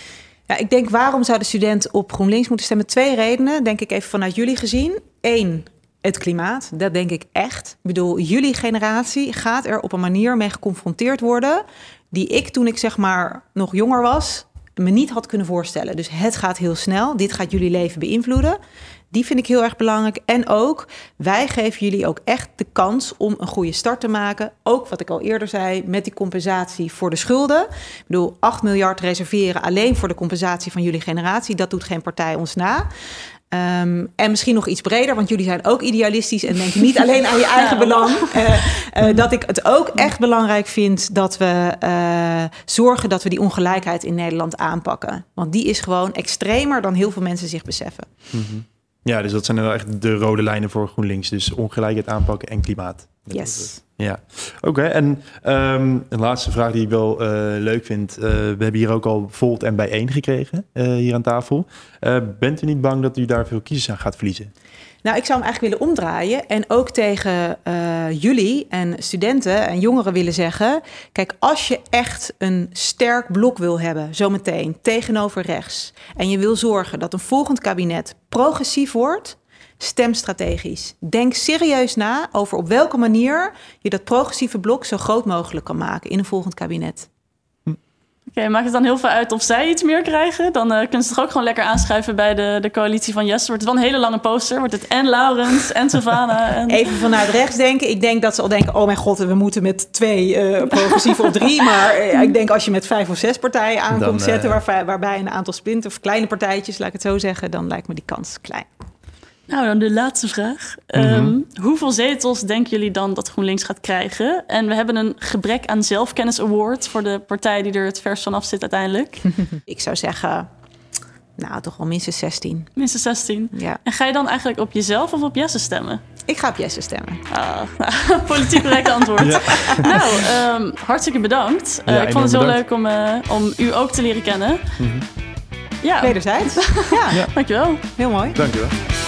Ja, ik denk, waarom zou de student op GroenLinks moeten stemmen? Twee redenen, denk ik even vanuit jullie gezien. Eén, het klimaat. Dat denk ik echt. Ik bedoel, jullie generatie gaat er op een manier mee geconfronteerd worden die ik toen ik zeg maar nog jonger was me niet had kunnen voorstellen. Dus het gaat heel snel. Dit gaat jullie leven beïnvloeden. Die vind ik heel erg belangrijk. En ook, wij geven jullie ook echt de kans om een goede start te maken. Ook wat ik al eerder zei, met die compensatie voor de schulden. Ik bedoel, acht miljard reserveren alleen voor de compensatie van jullie generatie. Dat doet geen partij ons na. Um, en misschien nog iets breder, want jullie zijn ook idealistisch en denken niet alleen aan je eigen belang. Uh, uh, dat ik het ook echt belangrijk vind dat we uh, zorgen dat we die ongelijkheid in Nederland aanpakken. Want die is gewoon extremer dan heel veel mensen zich beseffen. Mm-hmm. Ja, dus dat zijn wel echt de rode lijnen voor GroenLinks. Dus ongelijkheid aanpakken en klimaat. Yes. Ja, oké. Okay. En um, een laatste vraag die ik wel uh, leuk vind. Uh, we hebben hier ook al Volt en Bijeen gekregen, uh, hier aan tafel. Uh, bent u niet bang dat u daar veel kiezers aan gaat verliezen? Nou, ik zou hem eigenlijk willen omdraaien en ook tegen uh, jullie en studenten en jongeren willen zeggen, kijk, als je echt een sterk blok wil hebben, zometeen tegenover rechts, en je wil zorgen dat een volgend kabinet progressief wordt, stem strategisch. Denk serieus na over op welke manier je dat progressieve blok zo groot mogelijk kan maken in een volgend kabinet. Oké, okay, maakt het dan heel veel uit of zij iets meer krijgen? Dan uh, kunnen ze toch ook gewoon lekker aanschuiven bij de, de coalitie van Jesse. Wordt het wel een hele lange poster. Wordt het en Laurens en Savannah. En... Even vanuit rechts denken. Ik denk dat ze al denken, oh mijn god, we moeten met twee uh, progressief of drie. Maar uh, ik denk als je met vijf of zes partijen aan komt uh... zetten, waar, waarbij een aantal splinter of kleine partijtjes, laat ik het zo zeggen, dan lijkt me die kans klein. Nou, dan de laatste vraag. Mm-hmm. Um, hoeveel zetels denken jullie dan dat GroenLinks gaat krijgen? En we hebben een gebrek aan zelfkennis award voor de partij die er het vers vanaf zit uiteindelijk. Ik zou zeggen, nou, toch wel minstens zestien. Minstens zestien? Ja. En ga je dan eigenlijk op jezelf of op Jesse stemmen? Ik ga op Jesse stemmen. Ah, nou, politiek correcte antwoord. Ja. Nou, um, hartstikke bedankt. Uh, ja, ik vond het heel bedankt. leuk om, uh, om u ook te leren kennen. Mm-hmm. Ja. Wederzijds. Ja. Ja. Dankjewel. Heel mooi. Dankjewel.